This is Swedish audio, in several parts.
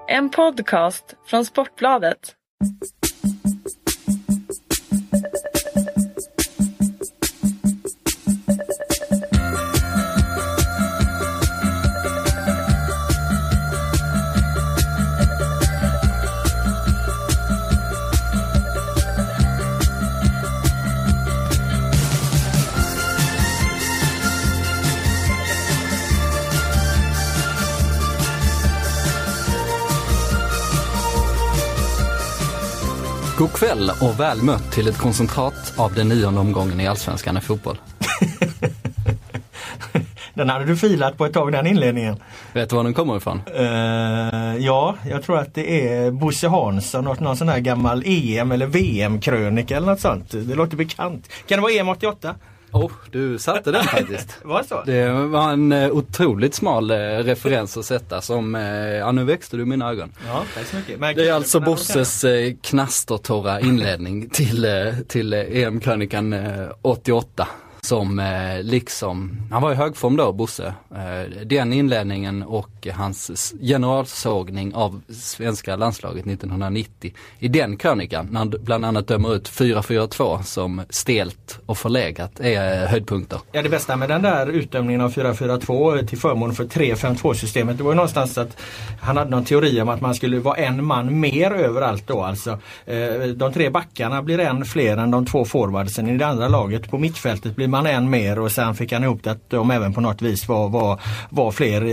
En podcast från Sportbladet. God kväll och väl mött till ett koncentrat av den 9:e omgången i Allsvenskan i fotboll. Den hade du filat på ett tag, den inledningen. Vet du var den kommer ifrån? Ja, jag tror att det är Bosse Hansson och någon sån här gammal EM- eller VM-krönika eller något sånt. Det låter bekant. Kan det vara EM 88? Du satte den faktiskt. Var det så? Det var en otroligt smal referens att sätta som, nu växte du i mina ögon. Ja, tack så mycket. Det är alltså Bosses knastertorra inledning till EM-krönikan 88. Som han var i högform då, Bosse. Den inledningen och hans generalsågning av svenska landslaget 1990. I den krönikan, när han bland annat dömer ut 4-4-2 som stelt och förlegat, är höjdpunkter. Ja, det bästa med den där utdömningen av 4-4-2 till förmån för 3-5-2-systemet, det var ju någonstans att han hade någon teori om att man skulle vara en man mer överallt då. Alltså, de 3 backarna blir en fler än de 2 forwardsen i det andra laget. På mittfältet blir man en mer och sen fick han ihop det att de även på något vis var fler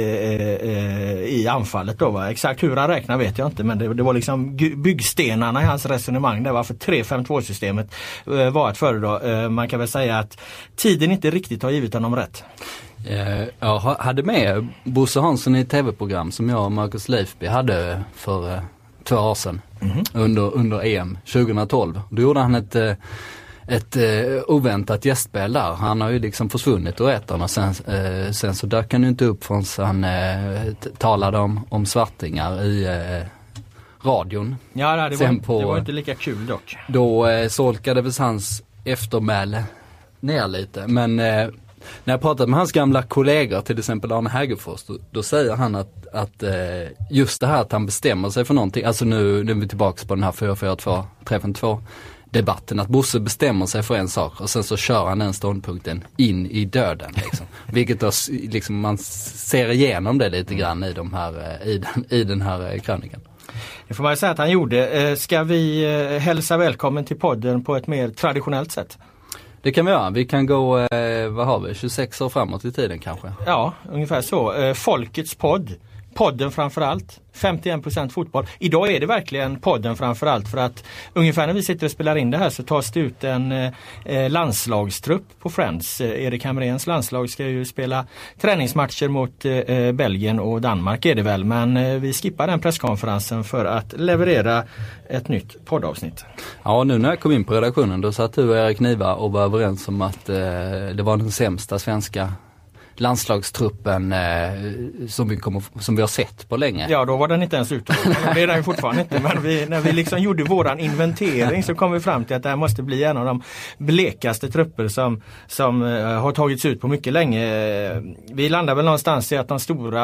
i anfallet då, va? Exakt hur han räknar vet jag inte, men det var liksom byggstenarna i hans resonemang där, varför 3-5-2-systemet var att föredra. Man kan väl säga att tiden inte riktigt har givit honom rätt. Jag hade med Bosse Hansson i ett tv-program som jag och Marcus Leifby hade för 2 år sedan under EM 2012. Då gjorde han ett oväntat gästspel där. Han har ju liksom försvunnit ur etern och sen så dök han ju inte upp förrän han talade om svartingar i radion. Ja, det var inte lika kul dock. Då solkade väl hans eftermäle ner lite. Men när jag pratat med hans gamla kollegor, till exempel Arne Hägerfors, då säger han att just det här att han bestämmer sig för någonting, alltså nu är vi tillbaka på den här 4-4-2, 3-5-2 debatten, att Bosse bestämmer sig för en sak och sen så kör han den ståndpunkten in i döden liksom. Vilket då, liksom, man ser igenom det lite grann i den här krönikan. Det får man säga att han gjorde. Ska vi hälsa välkommen till podden på ett mer traditionellt sätt? Det kan vi göra. Vi kan gå, vad har vi, 26 år framåt i tiden kanske? Ja, ungefär så. Folkets podd. Podden framförallt. 51% fotboll. Idag är det verkligen podden framförallt, för att ungefär när vi sitter och spelar in det här så tas det ut en landslagstrupp på Friends. Erik Hamréns landslag ska ju spela träningsmatcher mot Belgien och Danmark är det väl, men vi skippar den presskonferensen för att leverera ett nytt poddavsnitt. Ja, nu när jag kom in på redaktionen då satt du och Erik Niva och var överens om att det var den sämsta svenska landslagstruppen som vi har sett på länge. Ja, då var den inte ens ute. Det är den fortfarande inte. Men när vi liksom gjorde våran inventering så kom vi fram till att det här måste bli en av de blekaste trupper som har tagits ut på mycket länge. Vi landar väl någonstans i att de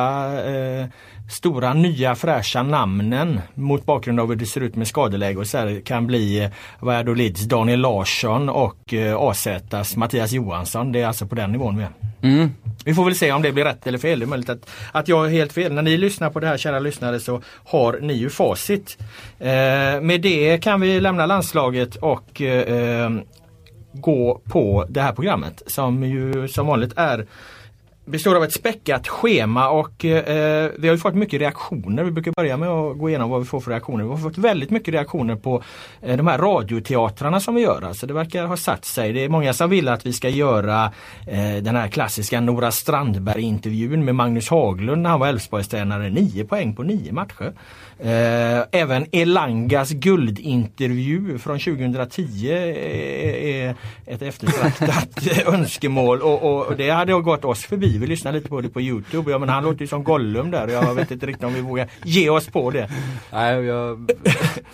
stora nya fräscha namnen mot bakgrund av hur det ser ut med skadeläge och så här kan bli Valladolids Daniel Larsson och AZ:s Mattias Johansson. Det är alltså på den nivån vi är. Mm. Vi får väl se om det blir rätt eller fel. Det är möjligt att jag är helt fel. När ni lyssnar på det här, kära lyssnare, så har ni ju facit. Med det kan vi lämna landslaget och gå på det här programmet som ju som vanligt består av ett späckat schema och vi har ju fått mycket reaktioner. Vi brukar börja med att gå igenom vad vi får för reaktioner. Vi har fått väldigt mycket reaktioner på de här radioteatrarna som vi gör. Alltså det verkar ha satt sig. Det är många som vill att vi ska göra den här klassiska Nora Strandberg-intervjun med Magnus Haglund när han var Elfsborgstränare. 9 poäng på 9 matcher. Även Elangas guldintervju från 2010 är ett eftertraktat önskemål och det hade gått oss förbi. Vi lyssnade lite på det på YouTube. Ja, men han låter ju som Gollum där. Jag vet inte riktigt om vi vågar ge oss på det. Nej,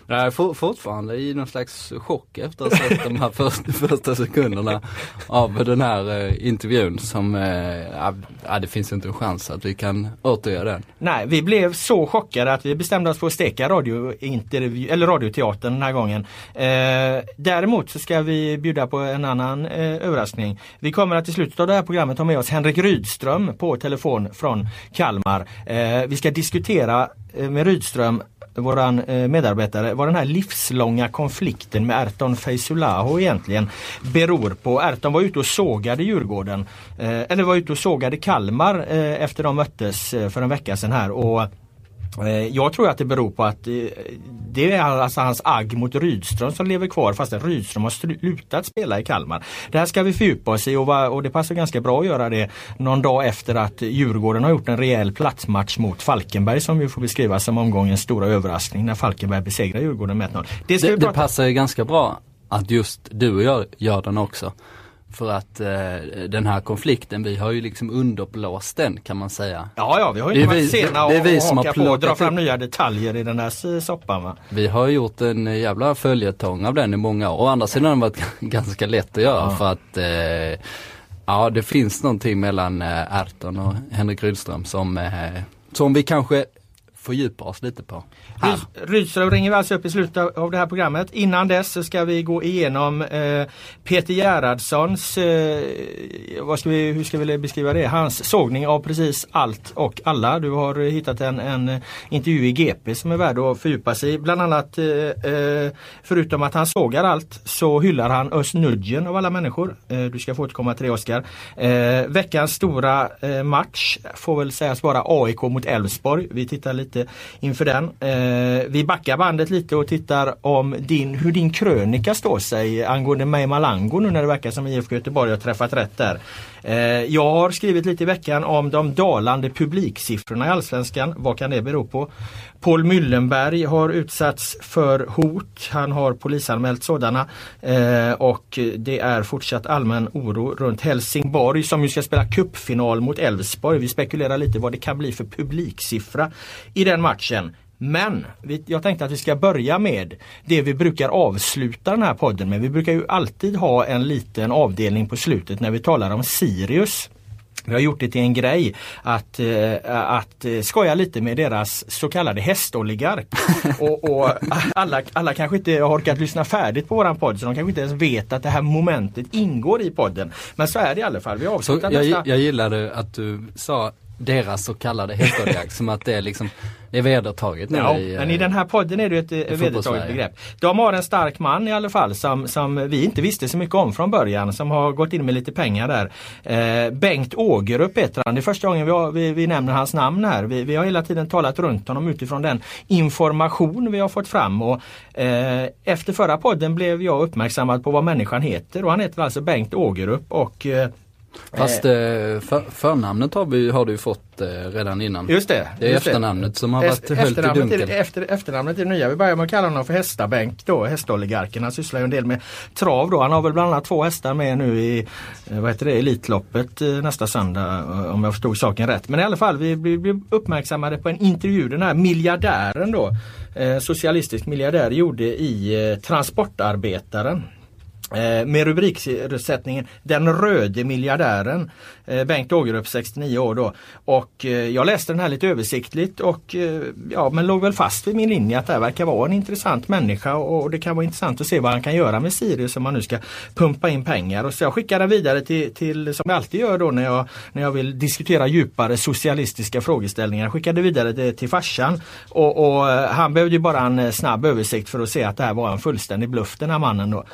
Jag är fortfarande i någon slags chock efter att ha sett de här första sekunderna av den här intervjun som, det finns inte en chans att vi kan återgöra den. Nej, vi blev så chockade att vi bestämde oss för att steka radioteatern den här gången. Däremot så ska vi bjuda på en annan överraskning. Vi kommer att i slutet av det här programmet ha med oss Henrik Rydström på telefon från Kalmar. Vi ska diskutera med Rydström, våran medarbetare, vad den här livslånga konflikten med Erton Feyzullahu egentligen beror på. Erton var ute och sågade Djurgården, eller var ute och sågade Kalmar efter de möttes för en vecka sedan här, och jag tror att det beror på att det är alltså hans agg mot Rydström som lever kvar, fast att Rydström har slutat spela i Kalmar. Det här ska vi fördjupa oss i, och det passar ganska bra att göra det någon dag efter att Djurgården har gjort en rejäl platsmatch mot Falkenberg, som vi får beskriva som omgångens stora överraskning när Falkenberg besegrar Djurgården med 1-0. Det passar ju ganska bra att just du och jag gör den också. För att den här konflikten, vi har ju liksom underblåst den, kan man säga. Ja, vi har ju inte varit sena och haka på och dra fram nya detaljer i den här soppan, va? Vi har gjort en jävla följetong av den i många år. Å andra sidan har det varit ganska lätt att göra för att det finns någonting mellan Erton och Henrik Rydström som vi kanske fördjupar oss lite på. Rydström ringer vi alltså upp i slutet av det här programmet. Innan dess så ska vi gå igenom Peter Gerhardssons, hur ska vi beskriva det? Hans sågning av precis allt och alla. Du har hittat en intervju i GP som är värd att fördjupa sig i. Bland annat, förutom att han sågar allt, så hyllar han Özz Nujen av alla människor. Du ska få återkomma till det, Oskar. Veckans stora match får väl sägas vara AIK mot Elfsborg. Vi tittar lite inför den. Vi backar bandet lite och tittar om hur din krönika står sig angående May Malango nu när det verkar som IFK Göteborg har träffat rätt där. Jag har skrivit lite i veckan om de dalande publiksiffrorna i Allsvenskan. Vad kan det bero på? Paul Müllenberg har utsatts för hot. Han har polisanmält sådana. Och det är fortsatt allmän oro runt Helsingborg som ju ska spela cupfinal mot Elfsborg. Vi spekulerar lite vad det kan bli för publiksiffra i den matchen. Men jag tänkte att vi ska börja med det vi brukar avsluta den här podden med. Vi brukar ju alltid ha en liten avdelning på slutet när vi talar om Sirius. Vi har gjort det till en grej att skoja lite med deras så kallade hästoligark. och alla kanske inte har orkat lyssna färdigt på våran podd, så de kanske inte ens vet att det här momentet ingår i podden. Men så är det i alla fall. Vi avslutar jag gillade att du sa deras så kallade hästoligark som att det är liksom är vedertaget nu. Ja, men i den här podden är det ett vedertaget begrepp. De har en stark man i alla fall som vi inte visste så mycket om från början, som har gått in med lite pengar där. Bengt Ågerup heter han. Det är första gången vi nämner hans namn här. Vi har hela tiden talat runt honom utifrån den information vi har fått fram, och efter förra podden blev jag uppmärksammad på vad människan heter, och han heter alltså Bengt Ågerup, och fast förnamnet har du ju fått redan innan. Just det. Det är efternamnet som har varit höljt i dunkel. Efternamnet är det nya. Vi börjar med att kalla honom för Hästabänk då, hästoligarken. Han sysslar ju en del med trav då. Han har väl bland annat 2 hästar med nu i Elitloppet nästa söndag, om jag förstod saken rätt. Men i alla fall, vi blev uppmärksammade på en intervju den här miljardären då, socialistisk miljardär, gjorde i Transportarbetaren. Med rubriksättningen Den röde miljardären, Bengt Ågerup, 69 år då. Och jag läste den här lite översiktligt och men låg väl fast vid min linje att det här verkar vara en intressant människa, och det kan vara intressant att se vad han kan göra med Sirius om man nu ska pumpa in pengar. Och så jag skickade den vidare till som jag alltid gör då när jag vill diskutera djupare socialistiska frågeställningar. Jag skickade vidare till farsan, och han behövde ju bara en snabb översikt för att se att det här var en fullständig bluff, den här mannen då.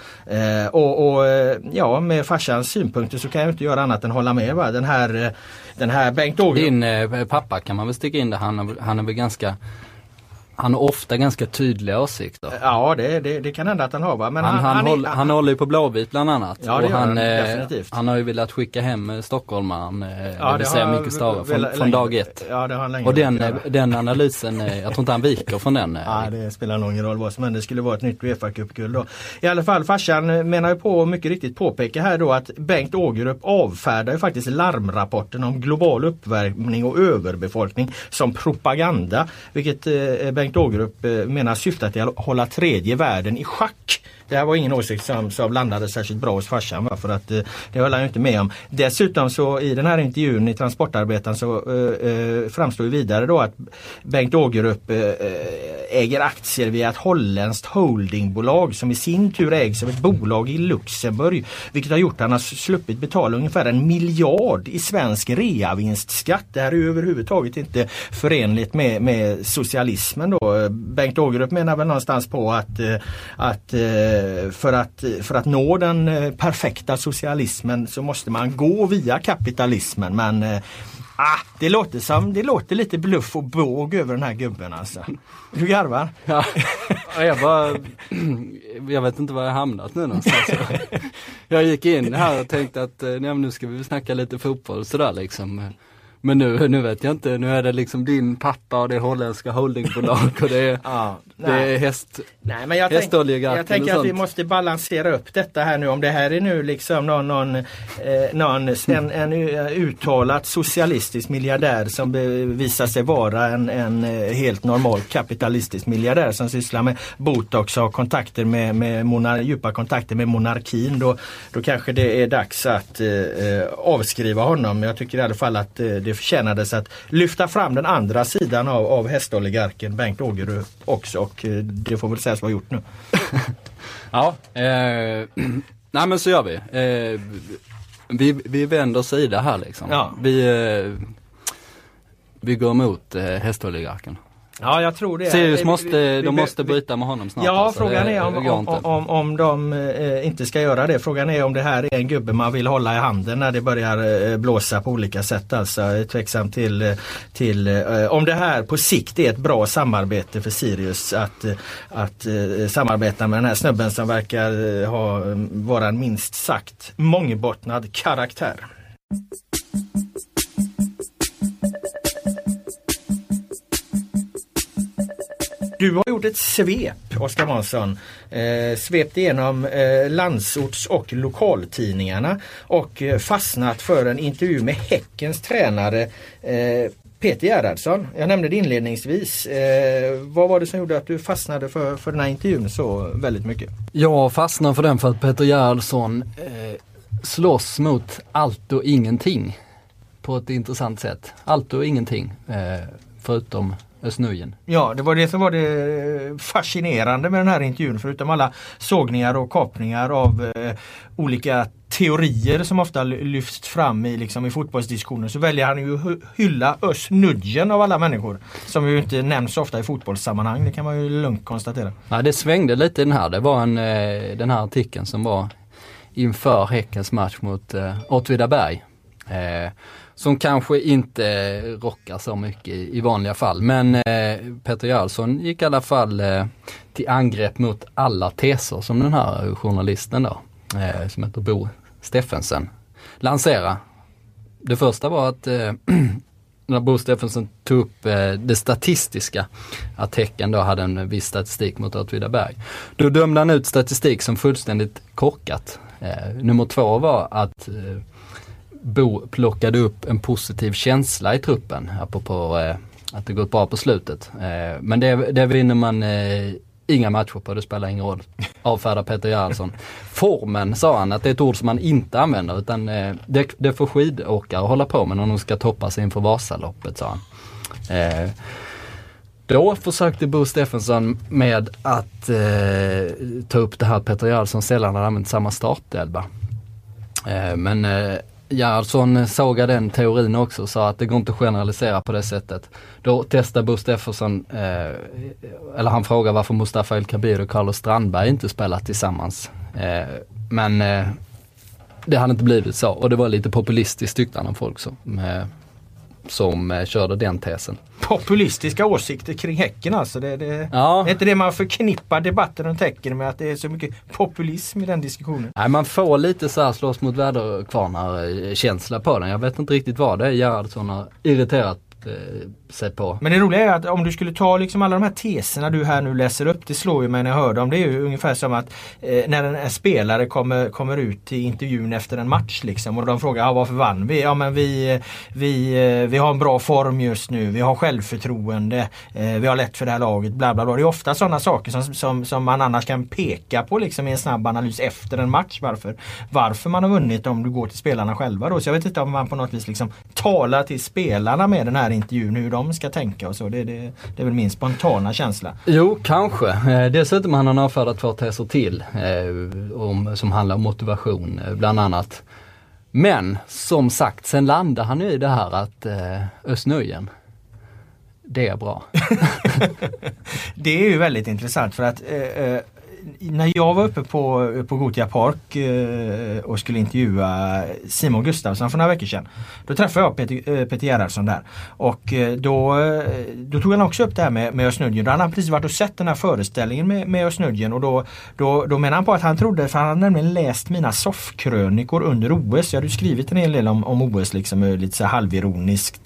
Med farsans synpunkter så kan jag inte göra annat än hålla med, va? Den här Bengt Ågerup. Din pappa kan man väl sticka in där, han är väl ganska, han har ofta ganska tydliga åsikter. Ja, det kan hända att han har, va? Men han håller ju på Blåvitt bland annat. Ja, det gör han definitivt. Han har ju velat skicka hem stockholmaren, det vill säga Micke Stare från dag 1. Ja, det har han länge. Och den analysen, jag tror inte han viker från den. Ja, det spelar någon roll vad som händer. Det skulle vara ett nytt UEFA-cupguld då. I alla fall, farsan menar ju på, mycket riktigt påpeka här då, att Bengt Ågerup avfärdar ju faktiskt larmrapporten om global uppvärmning och överbefolkning som propaganda, vilket Bengt Ågerup menar syftar till att hålla tredje världen i schack. Det här var ingen åsikt som landade särskilt bra hos farsan, för att det höll han ju inte med om. Dessutom så i den här intervjun i Transportarbetaren så framstår vidare då att Bengt Ågerup äger aktier via ett holländskt holdingbolag som i sin tur ägs av ett bolag i Luxemburg, vilket har gjort att han har sluppit betala ungefär 1 miljard i svensk reavinstskatt. Det här är överhuvudtaget inte förenligt med socialismen då. Bengt Ågerup menar väl någonstans på att för att nå den perfekta socialismen så måste man gå via kapitalismen, men det låter lite bluff och båg över den här gubben alltså. Du garvar? Ja, jag vet inte var jag hamnat nu någonstans. Jag gick in här och tänkte att nu ska vi snacka lite fotboll sådär liksom. Men nu vet jag inte, nu är det liksom din pappa och det holländska holdingbolag och det är, det är hästoljegarten. Jag tänker att vi måste balansera upp detta här nu. Om det här är nu liksom en uttalat socialistisk miljardär som visar sig vara en helt normal kapitalistisk miljardär som sysslar med botox och kontakter med djupa kontakter med monarkin, då kanske det är dags att avskriva honom. Jag tycker i alla fall att det förtjänades att lyfta fram den andra sidan av hästoligarken Bengt Ågerup också, och det får väl sägas vara gjort nu. Ja, nej men så gör vi. Vi vänder sida här liksom. Ja. Vi går emot hästoligarken. Ja, jag tror det. Sirius måste bryta med honom snart. Ja, alltså. Frågan är om de inte ska göra det. Frågan är om det här är en gubbe man vill hålla i handen när det börjar blåsa på olika sätt. Alltså tveksam till om det här på sikt är ett bra samarbete för Sirius att samarbeta med den här snubben som verkar vara en minst sagt mångbottnad karaktär. Du har gjort ett svep, Oskar Månsson, svept igenom landsorts- och lokaltidningarna och fastnat för en intervju med Häckens tränare Peter Gerhardsson. Jag nämnde det inledningsvis. Vad var det som gjorde att du fastnade för den här intervjun så väldigt mycket? Jag fastnade för den för att Peter Gerhardsson slåss mot allt och ingenting på ett intressant sätt. Allt och ingenting förutom Östnöjen. Ja, det var det som var det fascinerande med den här intervjun, förutom alla sågningar och kapningar av olika teorier som ofta lyfts fram i fotbollsdiskussioner, så väljer han ju hylla Östnöjen av alla människor, som ju inte nämns ofta i fotbollssammanhang, det kan man ju lugnt konstatera. Ja, det svängde lite i den här. Det var den här artikeln som var inför Häckens match mot Åtvidaberg. Som kanske inte rockar så mycket i vanliga fall. Men Peter Gerhardsson gick i alla fall till angrepp mot alla teser som den här journalisten då, som heter Bo Steffensen, lanserade. Det första var att när Bo Steffensen tog upp det statistiska, att Häcken då hade en viss statistik mot Åtvidaberg. Då dömde han ut statistik som fullständigt korkat. Nummer 2 var att Bo plockade upp en positiv känsla i truppen, apropå att det gått bra på slutet. Men det vinner man inga matcher på, det spelar ingen roll. Avfärdar Peter Gerhardsson. Formen, sa han, att det är ett ord som man inte använder, utan det får skidåkare hålla på med när de ska toppa sig inför Vasaloppet, sa han. Då försökte Bo Steffensen med att ta upp det här att Peter Gerhardsson sällan har använt samma startelva. Men Gerhardsson sågade den teorin också och sa att det går inte att generalisera på det sättet. Då testade Bo Steffensen, eller han frågade varför Mustafa El Kabir och Carlos Strandberg inte spelat tillsammans. Men det hade inte blivit så, och det var lite populistiskt tyckte han om folk som körde den tesen. Populistiska åsikter kring Häcken alltså. Det är inte det man förknippar debatten om Häcken med, att det är så mycket populism i den diskussionen. Nej, man får lite så här slåss mot väderkvarnar känsla på den. Jag vet inte riktigt vad det är Gerhardsson har irriterat sig på. Men det roliga är att om du skulle ta liksom alla de här teserna du här nu läser upp, det slår ju mig när jag hör dem. Det är ju ungefär som att när en spelare kommer ut i intervjun efter en match liksom, och de frågar varför vann vi? Ja, men vi har en bra form just nu, vi har självförtroende, vi har lätt för det här laget, bla bla bla. Det är ofta sådana saker som man annars kan peka på liksom i en snabb analys efter en match, varför man har vunnit, om du går till spelarna själva då. Så jag vet inte om man på något vis liksom talar till spelarna med den här intervjun, hur de ska tänka och så. Det är väl min spontana känsla. Jo, kanske. Dessutom har han avfärdat 2 teser till som handlar om motivation bland annat. Men som sagt, sen landar han ju i det här att Özz-Nujen, det är bra. Det är ju väldigt intressant för att när jag var uppe på Gothia Park och skulle intervjua Simon Gustafsson för några veckor sedan, då träffade jag Peter Gerhardsson där, och då tog han också upp det här med Özz-Nujen. Han hade precis varit och sett den här föreställningen med Özz-Nujen, och då menar han på att han trodde, för han hade nämligen läst mina soffkrönikor under OS. Jag hade ju skrivit en hel del om OS liksom, lite så halvironiskt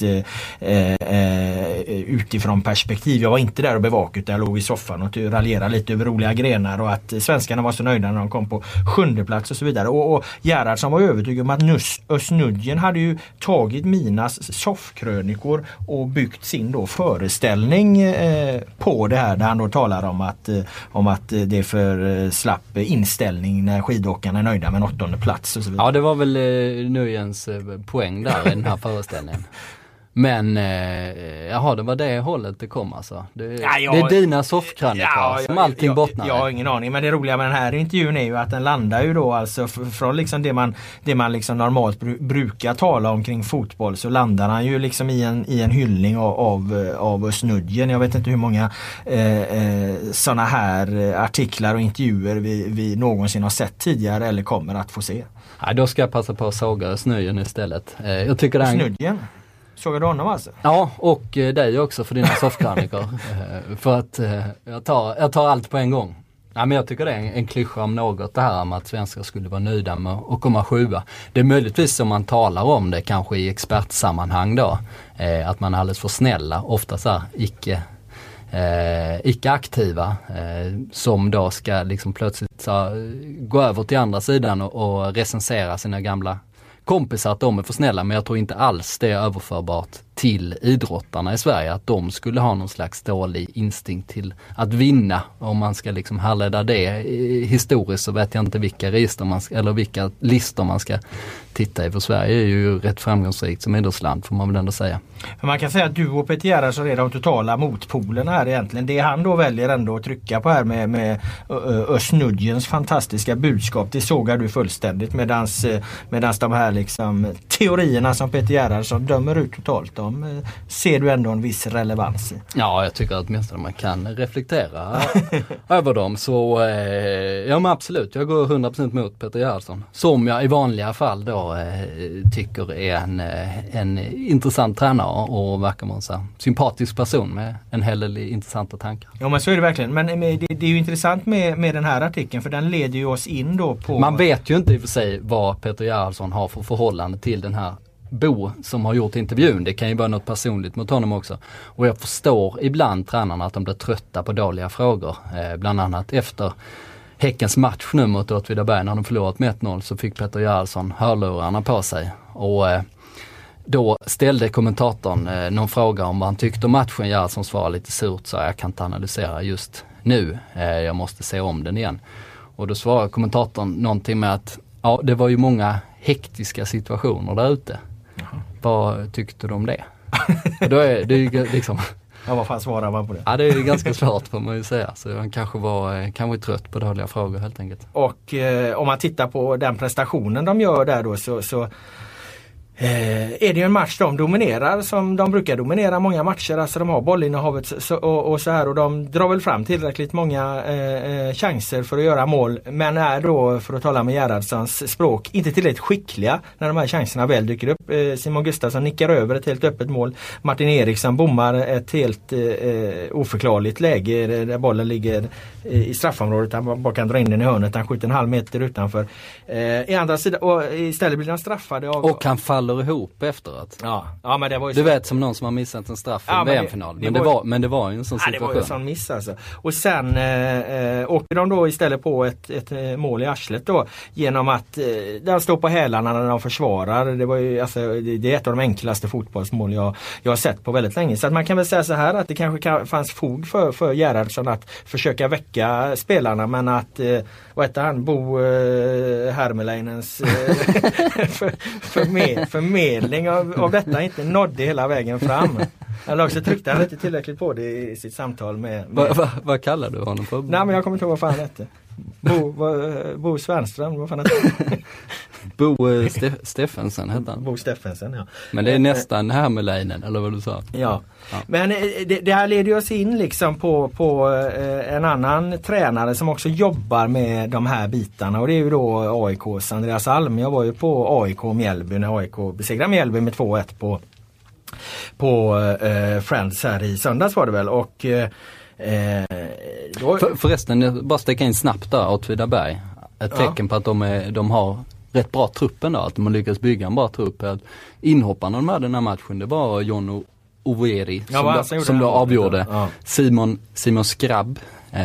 utifrån perspektiv. Jag var inte där och bevakade, utan jag låg i soffan och raljerade lite över roliga grenar och att svenskarna var så nöjda när de kom på 7:e plats och så vidare. Och Gerhardsson var övertygad om att Özz-Nujen hade ju tagit mina soffkrönikor och byggt sin då föreställning på det här, där han då talar om att det är för slapp inställning när skidåkarna är nöjda med 8:e plats och så vidare. Ja, det var väl Nujens poäng där i den här föreställningen. Men det var det hållet det kom alltså. Det är dina soffkrönikor som allting bottnar. Jag har ingen aning, men det roliga med den här intervjun är ju att den landar ju då alltså från liksom det man liksom normalt brukar tala om kring fotboll, så landar han ju liksom i en hyllning av Özz-Nujen. Jag vet inte hur många såna här artiklar och intervjuer vi någonsin har sett tidigare eller kommer att få se. Ja, då ska jag passa på att såga Özz-Nujen istället. Jag tycker Özz-Nujen? Såg du honom alltså? Ja, och dig också för dina soffkrönikor. För att jag tar allt på en gång. Ja, men jag tycker det är en klyscha om något, det här med att svenskar skulle vara nöjda med att komma 7:a. Det är möjligtvis som man talar om det kanske i expertsammanhang då. Att man är alldeles för snälla, ofta så här icke-aktiva som då ska liksom plötsligt så, gå över till andra sidan och recensera sina gamla kompisar att de är för snälla, men jag tror inte alls det är överförbart till idrottarna i Sverige, att de skulle ha någon slags dålig instinkt till att vinna. Om man ska liksom härleda det historiskt, så vet jag inte vilka vilka listor man ska titta i, för Sverige är ju rätt framgångsrikt som idrottsland, får man väl ändå säga. Men man kan säga att du och Peter Gerhardsson är de totala motpolerna här egentligen. Det han då väljer ändå att trycka på här med Özz-Nujens fantastiska budskap, det sågar du fullständigt, medans de här liksom teorierna som Peter Gerhardsson dömer ut totalt, ser du ändå en viss relevans i? Ja, jag tycker att åtminstone man kan reflektera över dem. Så ja, men absolut, jag går 100% mot Peter Gerhardsson, som jag i vanliga fall då tycker är en intressant tränare och verkar vara en så sympatisk person med en hel del intressanta tankar. Ja, men så är det verkligen. Men det är ju intressant med den här artikeln, för den leder ju oss in då på... Man vet ju inte i och för sig vad Peter Gerhardsson har för förhållande till den här Bo som har gjort intervjun. Det kan ju vara något personligt mot honom också. Och jag förstår ibland tränarna att de blir trötta på dåliga frågor. Bland annat efter Häckens match nu mot Åtvidaberg, när de förlorat med 1-0, så fick Peter Gerhardsson hörlurarna på sig. Och då ställde kommentatorn någon fråga om vad han tyckte om matchen. Gerhardsson svarade lite surt, så jag kan inte analysera just nu. Jag måste se om den igen. Och då svarade kommentatorn någonting med att ja, det var ju många hektiska situationer där ute. Jaha. Vad tyckte du om det? Då är det ju liksom... Ja, vad fan svarar man på det? Ja, det är ganska svårt får man ju säga. Så han kanske var trött på dåliga frågor helt enkelt. Och om man tittar på den prestationen de gör där då, så är det ju en match de dominerar som de brukar dominera många matcher. Alltså de har bollinnehavet och så här, och de drar väl fram tillräckligt många chanser för att göra mål, men är då, för att tala med Gerhardssons språk, inte tillräckligt skickliga när de här chanserna väl dyker upp. Simon Gustafsson nickar över ett helt öppet mål. Martin Eriksson bommar ett helt oförklarligt läge där bollen ligger i straffområdet. Han bara kan dra in den i hörnet. Han skjuter en halv meter utanför. I andra sidan, och istället blir han straffad av... Och han faller faller ihop efteråt. Ja, men det var ju du vet, som någon som har missat en straff i en VM-final. Men det var ju en sån situation. Det var ju en sån miss alltså. Och sen åker de då istället på ett mål i arslet då, genom att de står på hälarna när de försvarar. Det var ju, alltså, det är ett av de enklaste fotbollsmål jag har sett på väldigt länge. Så att man kan väl säga så här att det kanske fanns fog för Gerhardsson att försöka väcka spelarna, men att vad heter han? Bo Hermeleinens förmedling av detta inte nådde hela vägen fram. Eller också tryckte han inte tillräckligt på det i sitt samtal med... Vad kallar du honom för? Nej, men jag kommer inte ihåg vad fan han hette. Bo Svernström, vad fan hette han? Bo Steffensen hette han. Bo Steffensen, ja. Men det är nästan Hermeleinen, eller vad du sa. Ja. Men det här leder oss in liksom på en annan tränare som också jobbar med de här bitarna, och det är ju då AIKs Andreas Alm. Jag var ju på AIK Mjällby när AIK besegrade Mjällby med 2-1 på Friends här i söndags var det väl, och förresten, bara sticka in snabbt där, Åtvidaberg. Ett tecken på att de har rätt bra truppen då, att de har lyckats bygga en bra trupp. Inhopparna med den här matchen, det var John Overi som då avgjorde. Ja. Simon Skrabb,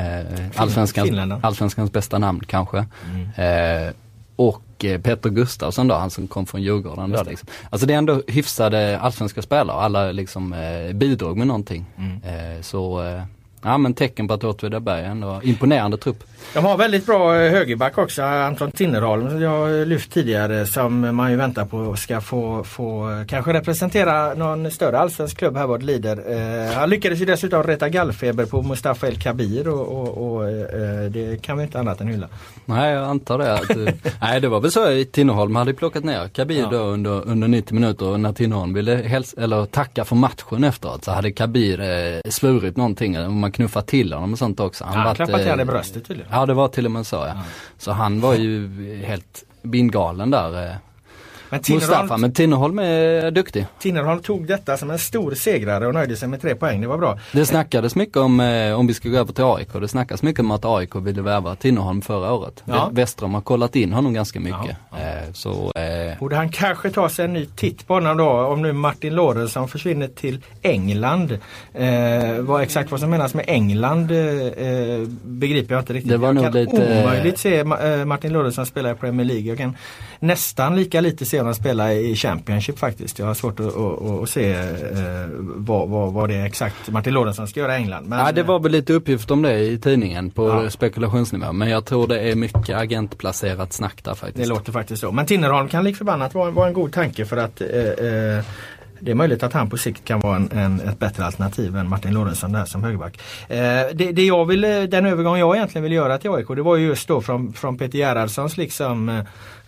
allsvenskans bästa namn kanske. Och Peter Gustafsson då, han som kom från Djurgården där liksom. Alltså det är ändå hyfsade allsvenska spelare, alla liksom bidrog med någonting. Ja, men tecken på att Åtvidaberg är ändå imponerande trupp. De har väldigt bra högerback också, Anton Tinnerholm, som jag har lyft tidigare, som man ju väntar på ska få kanske representera någon större allsvensk klubb här vad lider. Han lyckades ju dessutom rätta gallfeber på Mustafa El Kabir och det kan vi inte annat än hylla. Nej, jag antar det. Nej, det var väl så att Tinnerholm hade plockat ner Kabir då under 90 minuter, och när Tinnerholm ville tacka för matchen efteråt så hade Kabir svurit någonting, och man knuffat till honom och sånt också. Han klappade till i bröstet tydligen. Ja, det var till och med så, ja. Så han var ju helt bindgalen där. Men Tinnerholm är duktig. Tinnerholm tog detta som en stor segrare och nöjde sig med 3 poäng, det var bra. Det snackades mycket om vi ska gå över till AIK. Det snackas mycket om att AIK ville värva Tinnerholm förra året. Ja. Westrom har kollat in honom ganska mycket. Borde han kanske ta sig en ny titt på honom då, om nu Martin Lorentzon försvinner till England. Exakt vad som menas med England begriper jag inte riktigt. Det var nog lite omöjligt se Martin Lorentzon spela i Premier League. Jag kan nästan lika lite se honom spela i Championship faktiskt. Jag har svårt att se vad det är exakt Martin Lorentzon ska göra i England. Men, det var väl lite uppgift om det i tidningen på spekulationsnivå. Men jag tror det är mycket agentplacerat snack där faktiskt. Det låter faktiskt så. Men Tinnerholm kan lik förbannat vara en god tanke, för att det är möjligt att han på sikt kan vara ett bättre alternativ än Martin Lorentzon där som högerback. Den övergång jag egentligen vill göra till AIK, det var ju just då från Peter Gerhardssons liksom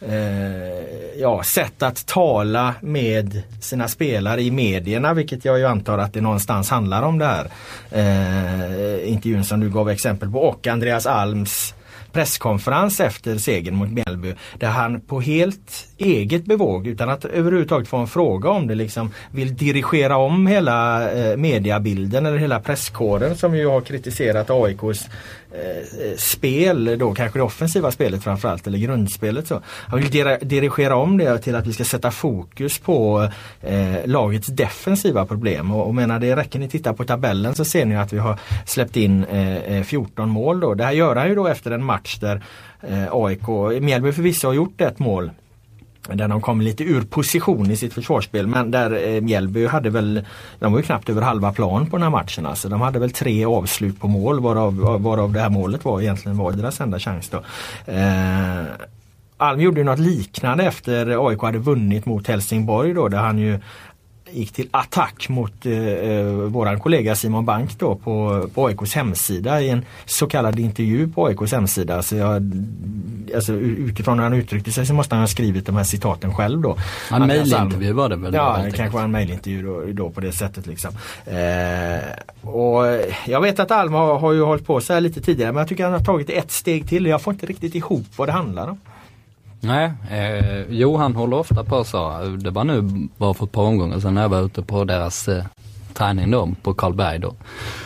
sätt att tala med sina spelare i medierna, vilket jag ju antar att det någonstans handlar om det här. Intervjun som du gav exempel på, och Andreas Alms presskonferens efter segern mot Mjällby, där han på helt eget bevåg, utan att överhuvudtaget få en fråga om det, liksom vill dirigera om hela mediabilden eller hela presskåren, som ju har kritiserat AIKs spel då, kanske det offensiva spelet framförallt, eller grundspelet så. Han vill dirigera om det till att vi ska sätta fokus på lagets defensiva problem, och menar det räcker ni titta på tabellen så ser ni att vi har släppt in 14 mål då. Det här gör han ju då efter en match där Mjällby förvisso har gjort ett mål där de kom lite ur position i sitt försvarsspel, men där Mjällby hade väl, de var ju knappt över halva plan på den här matchen, alltså de hade väl 3 avslut på mål, varav det här målet var deras enda chans då. Alm gjorde ju något liknande efter AIK hade vunnit mot Helsingborg då, där han ju gick till attack mot våran kollega Simon Bank då på AIKs hemsida i en så kallad intervju på AIKs hemsida. Så utifrån när han uttryckte sig så måste han ha skrivit de här citaten själv då. En mejlintervju var det väl? Ja, det kanske var en mejlintervju då på det sättet liksom. Och jag vet att Alm har ju hållit på så här lite tidigare, men jag tycker han har tagit ett steg till. Jag får inte riktigt ihop vad det handlar om. Nej, han håller ofta på så. Det var nu bara för ett par omgångar sedan när jag var ute på deras träning då, på Karlberg då.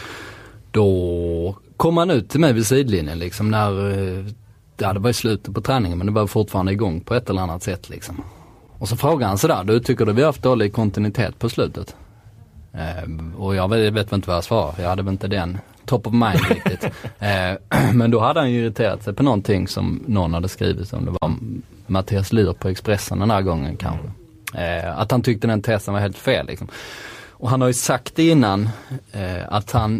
Då kom han ut till mig vid sidlinjen liksom, när det var i slutet på träningen, men det var fortfarande igång på ett eller annat sätt liksom. Och så frågar han sådär, du tycker du vi har haft dålig kontinuitet på slutet? Och jag vet inte vad jag svarar, jag hade väl inte den top of mind riktigt. Men då hade han ju irriterat sig på någonting som någon hade skrivit, om det var Mattias Lyr på Expressen den här gången kanske. Att han tyckte den tesen var helt fel liksom. Och han har ju sagt innan att han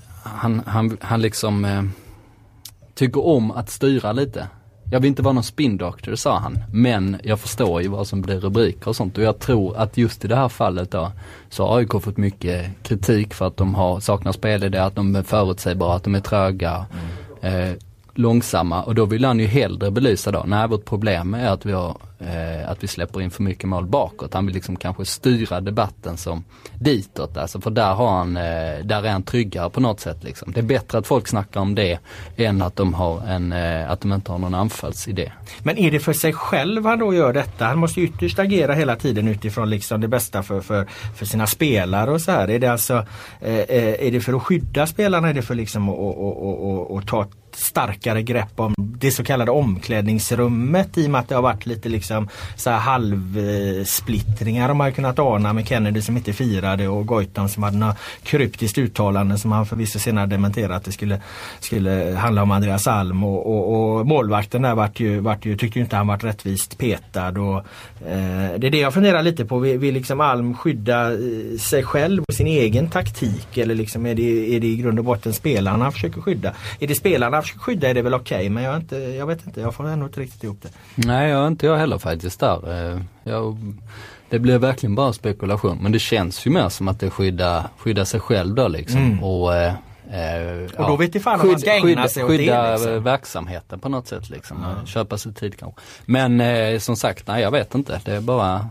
liksom tycker om att styra lite. Jag vill inte vara någon spin-doctor, sa han. Men jag förstår ju vad som blir rubriker och sånt. Och jag tror att just i det här fallet då, så har AIK fått mycket kritik för att de saknar spelidé, att de är förutsägbara, att de är tröga, långsamma. Och då vill han ju hellre belysa då, nej, vårt problem är att vi släpper in för mycket mål bakåt. Han vill liksom kanske styra debatten som ditåt, alltså, för där är han tryggare på något sätt liksom. Det är bättre att folk snackar om det än att de inte har någon anfallsidé. Men är det för sig själv han då gör detta? Han måste ytterst agera hela tiden utifrån liksom det bästa för sina spelare och så här. Är det alltså är det för att skydda spelarna? Är det för liksom att ta starkare grepp om det så kallade omklädningsrummet, i och med att det har varit lite liksom så här halvsplittringar om man har kunnat ana, med Kennedy som inte firade och Goitom som hade några kryptiskt uttalanden som han förvisso senare dementerade att det skulle handla om Andreas Alm, och målvakten där tyckte ju inte han varit rättvist petad, och det är det jag funderar lite på. Vill liksom Alm skydda sig själv och sin egen taktik, eller liksom är det i grund och botten spelarna han försöker skydda? Är det spelarna försöker skydda är det väl okej, men jag vet inte, jag får ändå inte riktigt ihop det. Nej, inte jag heller faktiskt där. Det blir verkligen bara spekulation, men det känns ju mer som att det skyddar sig själv då liksom. Och då vet fan om man ska ägna sig åt det liksom. Verksamheten på något sätt liksom. Köpa sig tid kanske. Men som sagt, nej, jag vet inte. Det är bara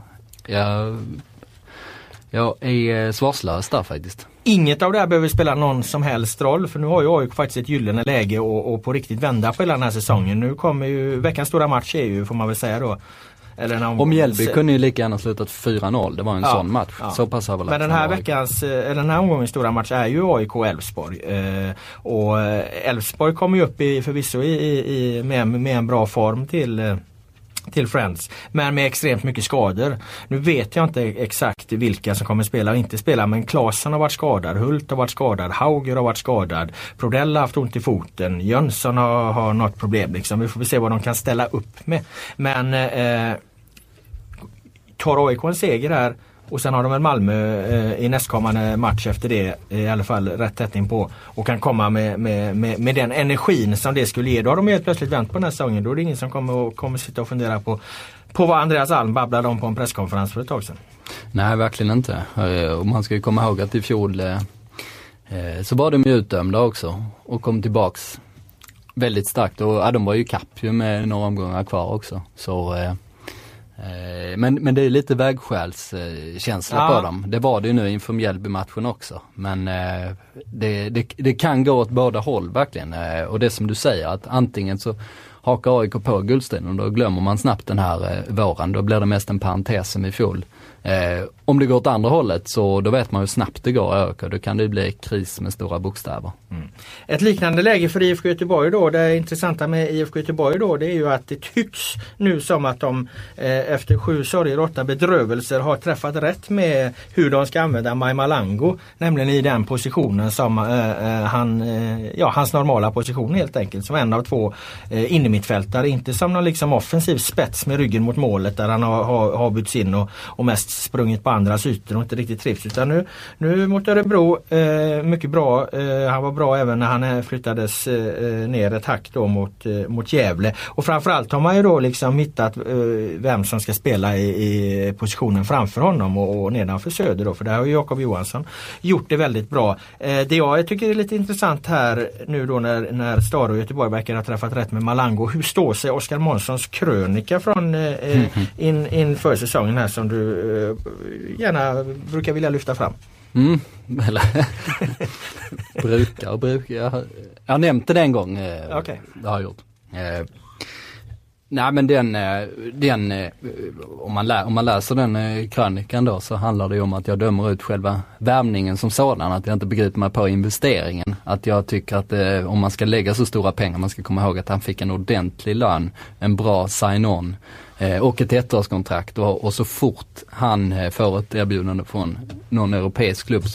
jag är svarslös där faktiskt. Inget av det här behöver spela någon som helst roll, för nu har ju AIK faktiskt ett gyllene läge och på riktigt vända på hela den här säsongen. Nu kommer ju veckans stora match, är ju, får man väl säga då. Om Mjällby kunde ju lika gärna slutat 4-0, det var en sån match. Så pass men den här omgångens stora match är ju AIK och Elfsborg. Och Elfsborg kommer ju upp förvisso med en bra form till Friends, men med extremt mycket skador. Nu vet jag inte exakt vilka som kommer spela och inte spela, men Klasen har varit skadad, Hult har varit skadad, Hauger har varit skadad, Prodell har haft ont i foten, Jönsson har något problem liksom. Vi får se vad de kan ställa upp med. Men tar AIK en seger här, och sen har de väl Malmö i nästkommande match efter det, i alla fall rätt tätt in på, och kan komma med den energin som det skulle ge. Då har de helt plötsligt vänt på den här säsongen. Då är det ingen som kommer sitta och fundera på vad Andreas Alm babblade om på en presskonferens för ett tag sedan. Nej, verkligen inte. Och man ska ju komma ihåg att i fjol så var de ju utdömda också och kom tillbaks väldigt starkt. Och de var ju kapp ju med några omgångar kvar också. Så men det är lite vägskälskänsla på dem. Det var det ju nu inför Mjällby-matchen också. Men det kan gå åt båda håll verkligen. Och det som du säger, att antingen så hakar AIK på guldstenen och då glömmer man snabbt den här våren. Då blir det mest en parentes som i fjol. Om det går åt andra hållet, så då vet man hur snabbt det går att öka. Då kan det bli kris med stora bokstäver. Ett liknande läge för IFK Göteborg då. Det intressanta med IFK Göteborg då, det är ju att det tycks nu som att de efter 7 sorger och 8 bedrövelser har träffat rätt med hur de ska använda Mai Malango, nämligen i den positionen som hans normala position helt enkelt, som en av 2 innermittfältare, inte som någon liksom offensiv spets med ryggen mot målet där han har bytts in och mest sprungit på andras ytor och inte riktigt trivs, utan nu mot Örebro mycket bra. Han var bra även när han flyttades ner ett hack då mot Gävle, och framförallt har man ju då liksom hittat vem som ska spela i positionen framför honom och nedanför Söder då, för där har ju Jakob Johansson gjort det väldigt bra. Det jag tycker är lite intressant här nu då när Staro och Göteborg verkar ha träffat rätt med Malango, hur står sig Oskar Månssons krönika från inför säsongen här, som du gärna brukar vilja lyfta fram? brukar. Jag har nämnt det en gång. Okay. Det har jag gjort. Nej, men om man läser den krönikan då, så handlar det ju om att jag dömer ut själva värvningen som sådan, att jag inte begriper mig på investeringen. Att jag tycker att om man ska lägga så stora pengar, man ska komma ihåg att han fick en ordentlig lön, en bra sign-on och ett ettårskontrakt, och så fort han får ett erbjudande från någon europeisk klubb,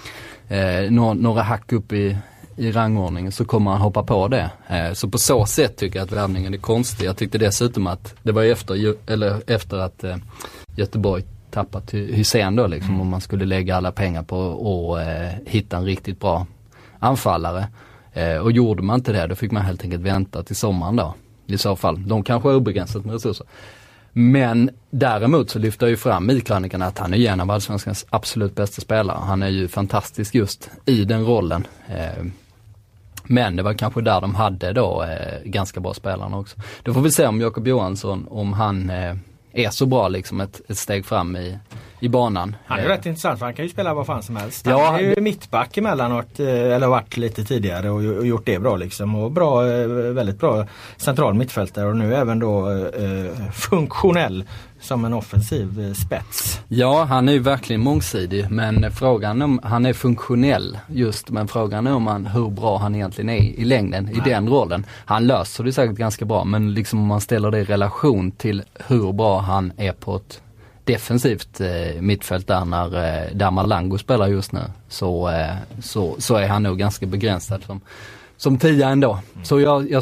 några hack upp i rangordningen, så kommer han hoppa på det. Så på så sätt tycker jag att värvningen är konstig. Jag tyckte dessutom att det var efter att Göteborg tappat Hysén då liksom, om man skulle lägga alla pengar på att hitta en riktigt bra anfallare. Och gjorde man inte det, då fick man helt enkelt vänta till sommaren då. I så fall. De kanske har obegränsat med resurser. Men däremot så lyfter jag ju fram i krönikan att han är en av allsvenskans absolut bästa spelare. Han är ju fantastisk just i den rollen. Men det var kanske där de hade då ganska bra spelarna också. Då får vi se om Jakob Johansson, om han är så bra liksom ett steg fram i banan. Han är ju rätt intressant, för han kan ju spela vad fan som helst. Ja, han är ju mittback emellanåt, eller varit lite tidigare och gjort det bra liksom. Och bra, väldigt bra central mittfältare, och nu även då funktionell som en offensiv spets. Ja, han är ju verkligen mångsidig, men frågan om han är funktionell just, men frågan är om hur bra han egentligen är i längden i den rollen. Han löser det säkert ganska bra, men liksom om man ställer det i relation till hur bra han är på ett defensivt mittfält där Malango spelar just nu, så är han nog ganska begränsad som 10 ändå. Så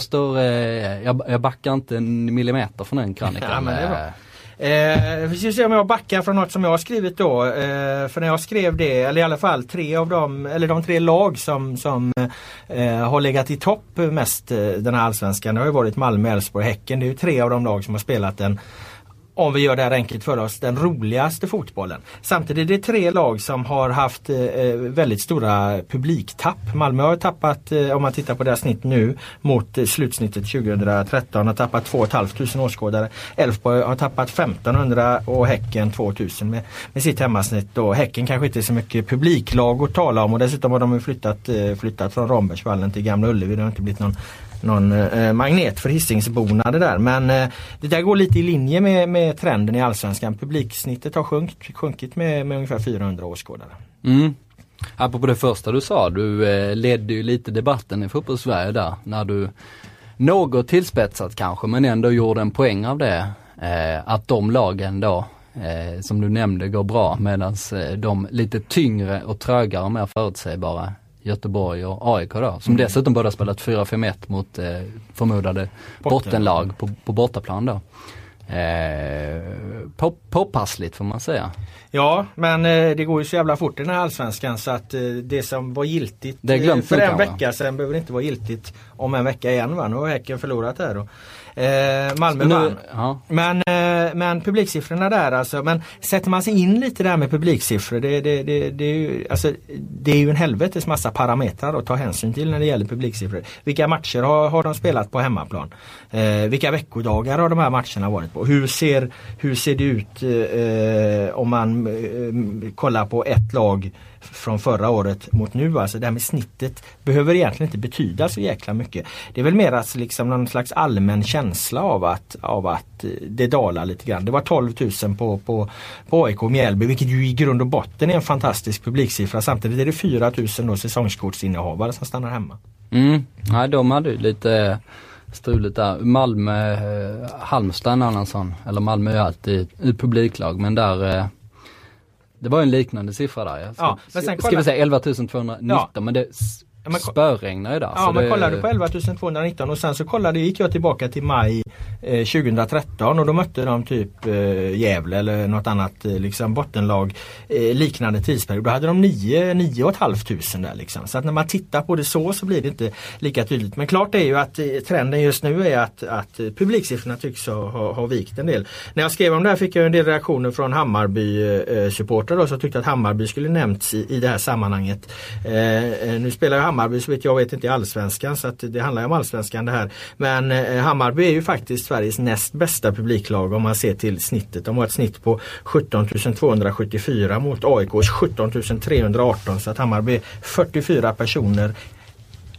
jag backar inte en millimeter från den krönikan. Ja, men det är bra. Vi ska se om jag backar från något som jag har skrivit då. För när jag skrev det, eller i alla fall de tre lag som har legat i topp mest den här allsvenskan, det har ju varit Malmö, Elfsborg och Häcken. Det är ju 3 av de lag som har spelat om vi gör det här enkelt för oss, den roligaste fotbollen. Samtidigt är det 3 lag som har haft väldigt stora publiktapp. Malmö har tappat, om man tittar på deras snitt nu mot slutsnittet 2013, har tappat 2 500 åskådare. Elfsborg har tappat 1500 och Häcken 2000 med sitt hemmasnitt. Och Häcken kanske inte är så mycket publiklag att tala om, och dessutom har de flyttat från Rambergsvallen till Gamla Ullevi. Det har inte blivit någon magnet för Hisingsborna det där. Men det där går lite i linje med trenden i allsvenskan. Publiksnittet har sjunkit med ungefär 400 åskådare. Apropå det första du sa, du ledde ju lite debatten i Fotbollssverige där, när du något tillspetsat kanske, men ändå gjorde en poäng av det, att de lagen då som du nämnde går bra, medan de lite tyngre och trögare och mer förutsägbara, Göteborg och AIK då, som dessutom båda spelat 4-5-1 mot förmodade bottenlag på bortaplan då. Påpassligt får man säga. Ja, men det går ju så jävla fort i den här allsvenskan, så att det som var giltigt för en vecka sedan behöver inte vara giltigt om en vecka igen. Nu har Häcken förlorat här då. Malmö vann. Ja. Men publiksiffrorna där alltså, men sätter man sig in lite där med publiksiffror, det är ju en helvetes massa parametrar att ta hänsyn till när det gäller publiksiffror. Vilka matcher har de spelat på hemmaplan? Vilka veckodagar har de här matcherna varit på? Hur ser det ut om man kollar på ett lag från förra året mot nu? Alltså det här med snittet behöver egentligen inte betyda så jäkla mycket. Det är väl mer alltså liksom någon slags allmän känsla av att det dalar lite grann. Det var 12 000 på AIK Mjällby, vilket ju i grund och botten är en fantastisk publiksiffra. Samtidigt är det 4 000 då säsongskortsinnehavare som stannar hemma. Ja, de hade ju lite struligt där. Malmö, Halmstad en annan sån. Eller Malmö är alltid i publiklag, men där det var en liknande siffra där. Ska vi säga 11 219, men det spöregnar ju där. Ja, men kollade på 11 219 och sen så gick jag tillbaka till maj 2013 och då mötte de typ Gävle eller något annat liksom bottenlag liknande tidsperiod. Då hade de 9 500 där liksom. Så att när man tittar på det så blir det inte lika tydligt. Men klart är ju att trenden just nu är att publiksiffrorna tycks ha vikt en del. När jag skrev om det här fick jag en del reaktioner från Hammarby-supportrar som tyckte att Hammarby skulle nämnts i det här sammanhanget. Nu spelar Hammarby så vet jag inte i allsvenskan, så att det handlar om allsvenskan det här. Men Hammarby är ju faktiskt Sveriges näst bästa publiklag om man ser till snittet. De har ett snitt på 17 274 mot AIKs 17 318, så att Hammarby är 44 personer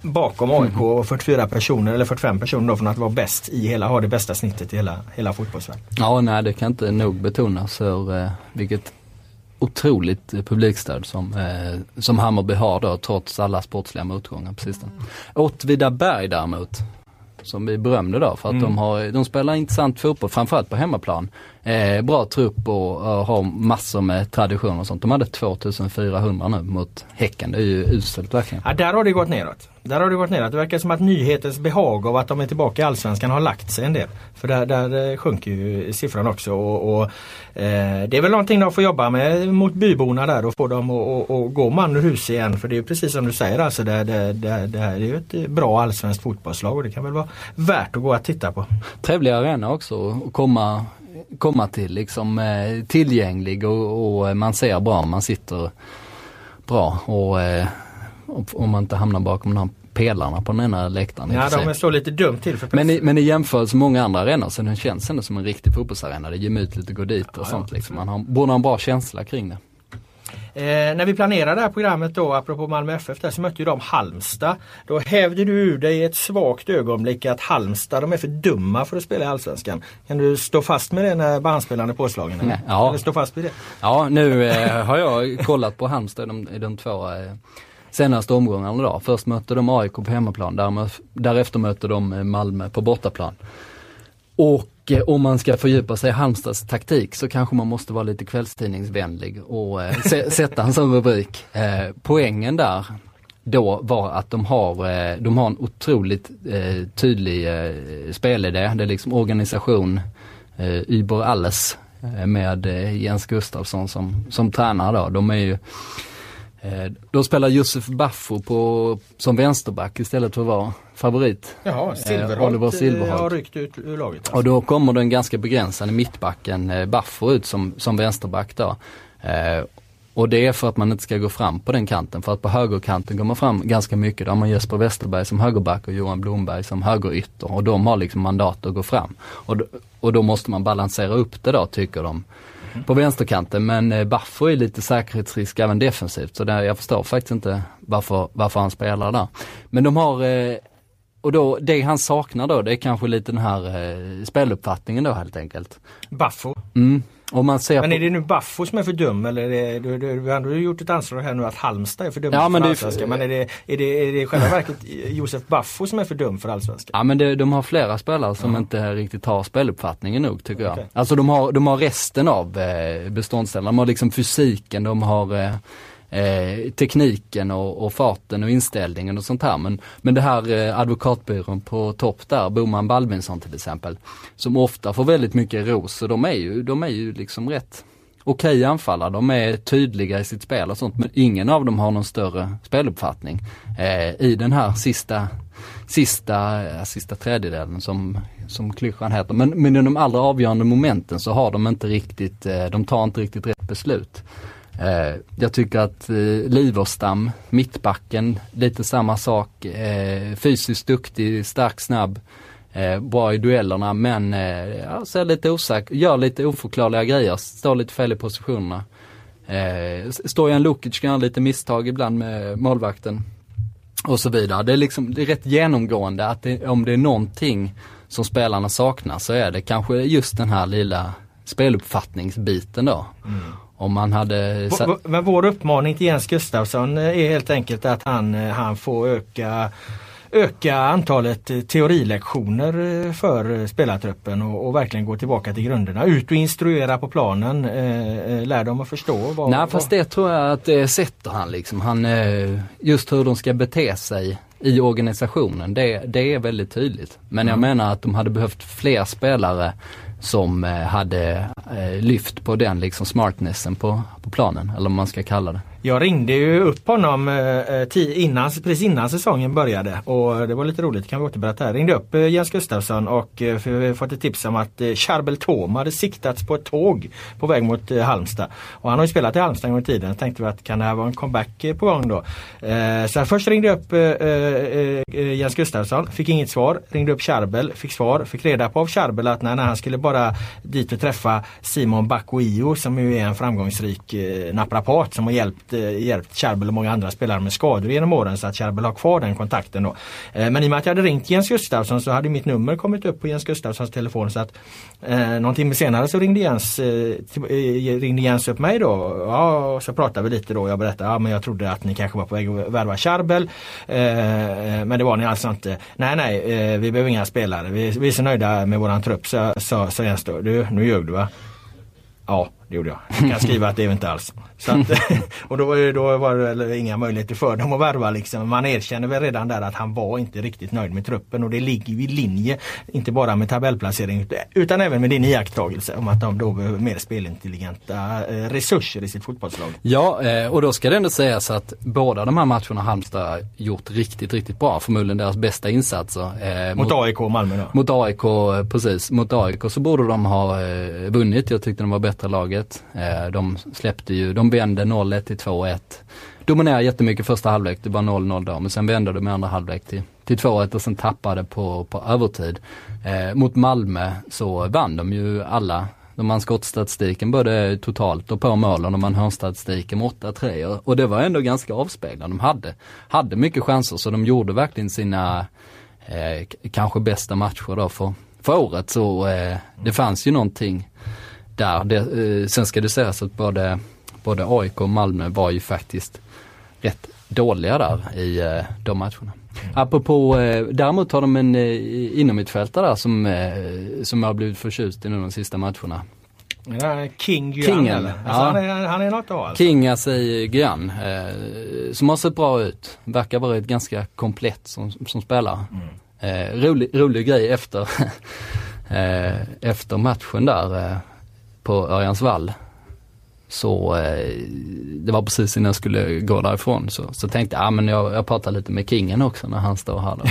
bakom AIK och 44 personer eller 45 personer då, från att vara bäst i ha det bästa snittet i hela fotbollsvärlden. Ja, nej, det kan inte nog betonas för vilket otroligt publikstöd som Hammarby har då, trots alla sportsliga motgångar på sistone. Åtvidaberg däremot, som vi berömde då, för att de spelar intressant fotboll, framförallt på hemmaplan. Bra trupp och har massor med traditioner och sånt. De hade 2400 nu mot Häcken. Det är ju uselt verkligen. Ja, där har det gått neråt. Det verkar som att nyhetens behag av att de är tillbaka i Allsvenskan har lagt sig en del. För där sjunker ju siffran också. Och det är väl någonting de får jobba med mot byborna där och få dem att gå man ur hus igen. För det är ju precis som du säger, alltså det här är ju ett bra allsvenskt fotbollslag och det kan väl vara värt att gå att titta på. Trevlig arena också att komma till, liksom tillgänglig och man ser bra, man sitter bra och om man inte hamnar bakom de här pelarna på den ena läktaren. Ja, de står lite dumt till för press. Men i jämförelse med många andra arenor så den känns ändå som en riktig fotbollsarena. Det är gemytligt att gå dit och sånt liksom. Man borde ha en bra känsla kring det. När vi planerade det här programmet då, apropå Malmö FF där, så mötte ju de Halmstad. Då hävde du ur dig i ett svagt ögonblick att Halmstad, de är för dumma för att spela i Allsvenskan. Kan du stå fast med det när bandspelande påslagen? Eller? Ja. Eller stå fast vid det? Ja, nu har jag kollat på Halmstad i de två senaste omgångarna då. Först mötte de AIK på hemmaplan, därefter mötte de Malmö på bortaplan. Och om man ska fördjupa sig i Halmstads taktik så kanske man måste vara lite kvällstidningsvänlig och sätta en sån rubrik. Poängen där då var att de har en otroligt tydlig spelidé. Det är liksom organisation über alles med Jens Gustafsson som tränare då. De är ju då spelar Josef Baffo som vänsterback istället för att vara favorit. Jaha, Oliver Silverholt har ryckt ut ur laget. Alltså. Och då kommer den ganska begränsade mittbacken Baffo ut som vänsterback då. Och det är för att man inte ska gå fram på den kanten. För att på högerkanten går man fram ganska mycket. Då har man Jesper Westerberg som högerback och Johan Blomberg som högerytter. Och de har liksom mandat att gå fram. Och då måste man balansera upp det då, tycker de. På vänsterkanten, men Baffo är lite säkerhetsrisk även defensivt, så jag förstår faktiskt inte varför han spelar där. Men de har, och då, det han saknar då, det är kanske lite den här speluppfattningen då helt enkelt. Baffo? Och man ser men är det nu Baffo som är för dum, eller du har ändå gjort ett ansvar här nu att Halmstad är för dum för Allsvenskan, men är det i själva verket Josef Baffo som är för dum för Allsvenskan? Ja, men de har flera spelare som inte riktigt har speluppfattningen nog, tycker jag. Alltså de har resten av beståndsdelarna, de har liksom fysiken, de har tekniken och farten och inställningen och sånt här. Men det här advokatbyrån på topp där, Boman Balbinsson till exempel, som ofta får väldigt mycket ros, och de är ju liksom rätt okej anfallare. De är tydliga i sitt spel och sånt, men ingen av dem har någon större speluppfattning i den här sista tredjedelen som klyschan heter. Men i de allra avgörande momenten så har de inte riktigt, de tar inte riktigt rätt beslut. Jag tycker att Liverstam, mittbacken, lite samma sak, fysiskt duktig, stark, snabb, bra i duellerna, men ser lite osäker, gör lite oförklarliga grejer, står lite fel i positionerna. Stojan Lukic kan ha lite misstag ibland med målvakten och så vidare. Det är rätt genomgående att om det är någonting som spelarna saknar, så är det kanske just den här lilla speluppfattningsbiten då. Om man hade... Men vår uppmaning till Jens Gustafsson är helt enkelt att han får öka antalet teorilektioner för spelartruppen och verkligen gå tillbaka till grunderna. Ut och instruera på planen, lär dem att förstå. Fast det tror jag att det sätter han liksom. Just hur de ska bete sig i organisationen, det är väldigt tydligt. Men jag menar att de hade behövt fler spelare som hade lyft på den liksom smartnessen på planen, eller vad man ska kalla det. Jag ringde ju upp honom precis innan säsongen började, och det var lite roligt, kan vi återberätta här. Ringde upp Jens Gustafsson och vi fått ett tips om att Charbel Thom hade siktats på ett tåg på väg mot Halmstad. Och han har ju spelat i Halmstad en gång i tiden. Tänkte vi att kan det här vara en comeback på gång då. Så jag först ringde upp Jens Gustafsson, fick inget svar, ringde upp Charbel, fick svar, fick reda på av Charbel att när han skulle bara dit och träffa Simon Bakoio som ju är en framgångsrik naprapat som har hjälpt Charbel och många andra spelare med skador genom åren, så att Charbel har kvar den kontakten då. Men i och med att jag hade ringt Jens Gustafsson så hade mitt nummer kommit upp på Jens Gustafssons telefon, så att någon timme senare så ringde Jens upp mig då. Ja, och så pratade vi lite då. Jag berättade, men jag trodde att ni kanske var på väg att värva Charbel. Men det var ni alltså inte. Nej, vi behöver inga spelare. Vi är så nöjda med våran trupp, så Jens då. Nu ljög du, va? Ja, det gjorde jag. Jag kan skriva att det är inte alls. Så att, och då var det inga möjligheter för dem att värva liksom. Man erkänner väl redan där att han var inte riktigt nöjd med truppen, och det ligger i linje inte bara med tabellplacering utan även med din iakttagelse om att de då behöver mer spelintelligenta resurser i sitt fotbollslag. Ja, och då ska det ändå sägas att båda de här matcherna Halmstad gjort riktigt, riktigt bra. Förmodligen deras bästa insatser. Mot AIK och Malmö då? Mot AIK, precis. Mot AIK så borde de ha vunnit. Jag tyckte de var bättre laget. De vände 0-1 till 2-1. Dominerade jättemycket första halvlek, det var 0-0 då. Men sen vände de i andra halvlek till 2-1 och sen tappade på övertid. Mot Malmö så vann de ju alla. De har skottstatistiken både totalt och på mål, och de har hörnstatistiken 8-3. Och det var ändå ganska avspeglande. De hade mycket chanser, så de gjorde verkligen sina kanske bästa matcher då för året. Så det fanns ju någonting där. Sen ska det sägas att både AIK och Malmö var ju faktiskt rätt dåliga där i de matcherna. Apropå, däremot har de en inomhittfältare där som har blivit förtjust i de sista matcherna. Ja, Kingen. Alltså, ja. Han är något av allt. King i Guyan, som har sett bra ut. Verkar vara ett ganska komplett som spelare. Rolig grej efter matchen där på Örjansvall. Så det var precis innan jag skulle gå därifrån. Så tänkte jag, men jag pratar lite med Kingen också när han står här.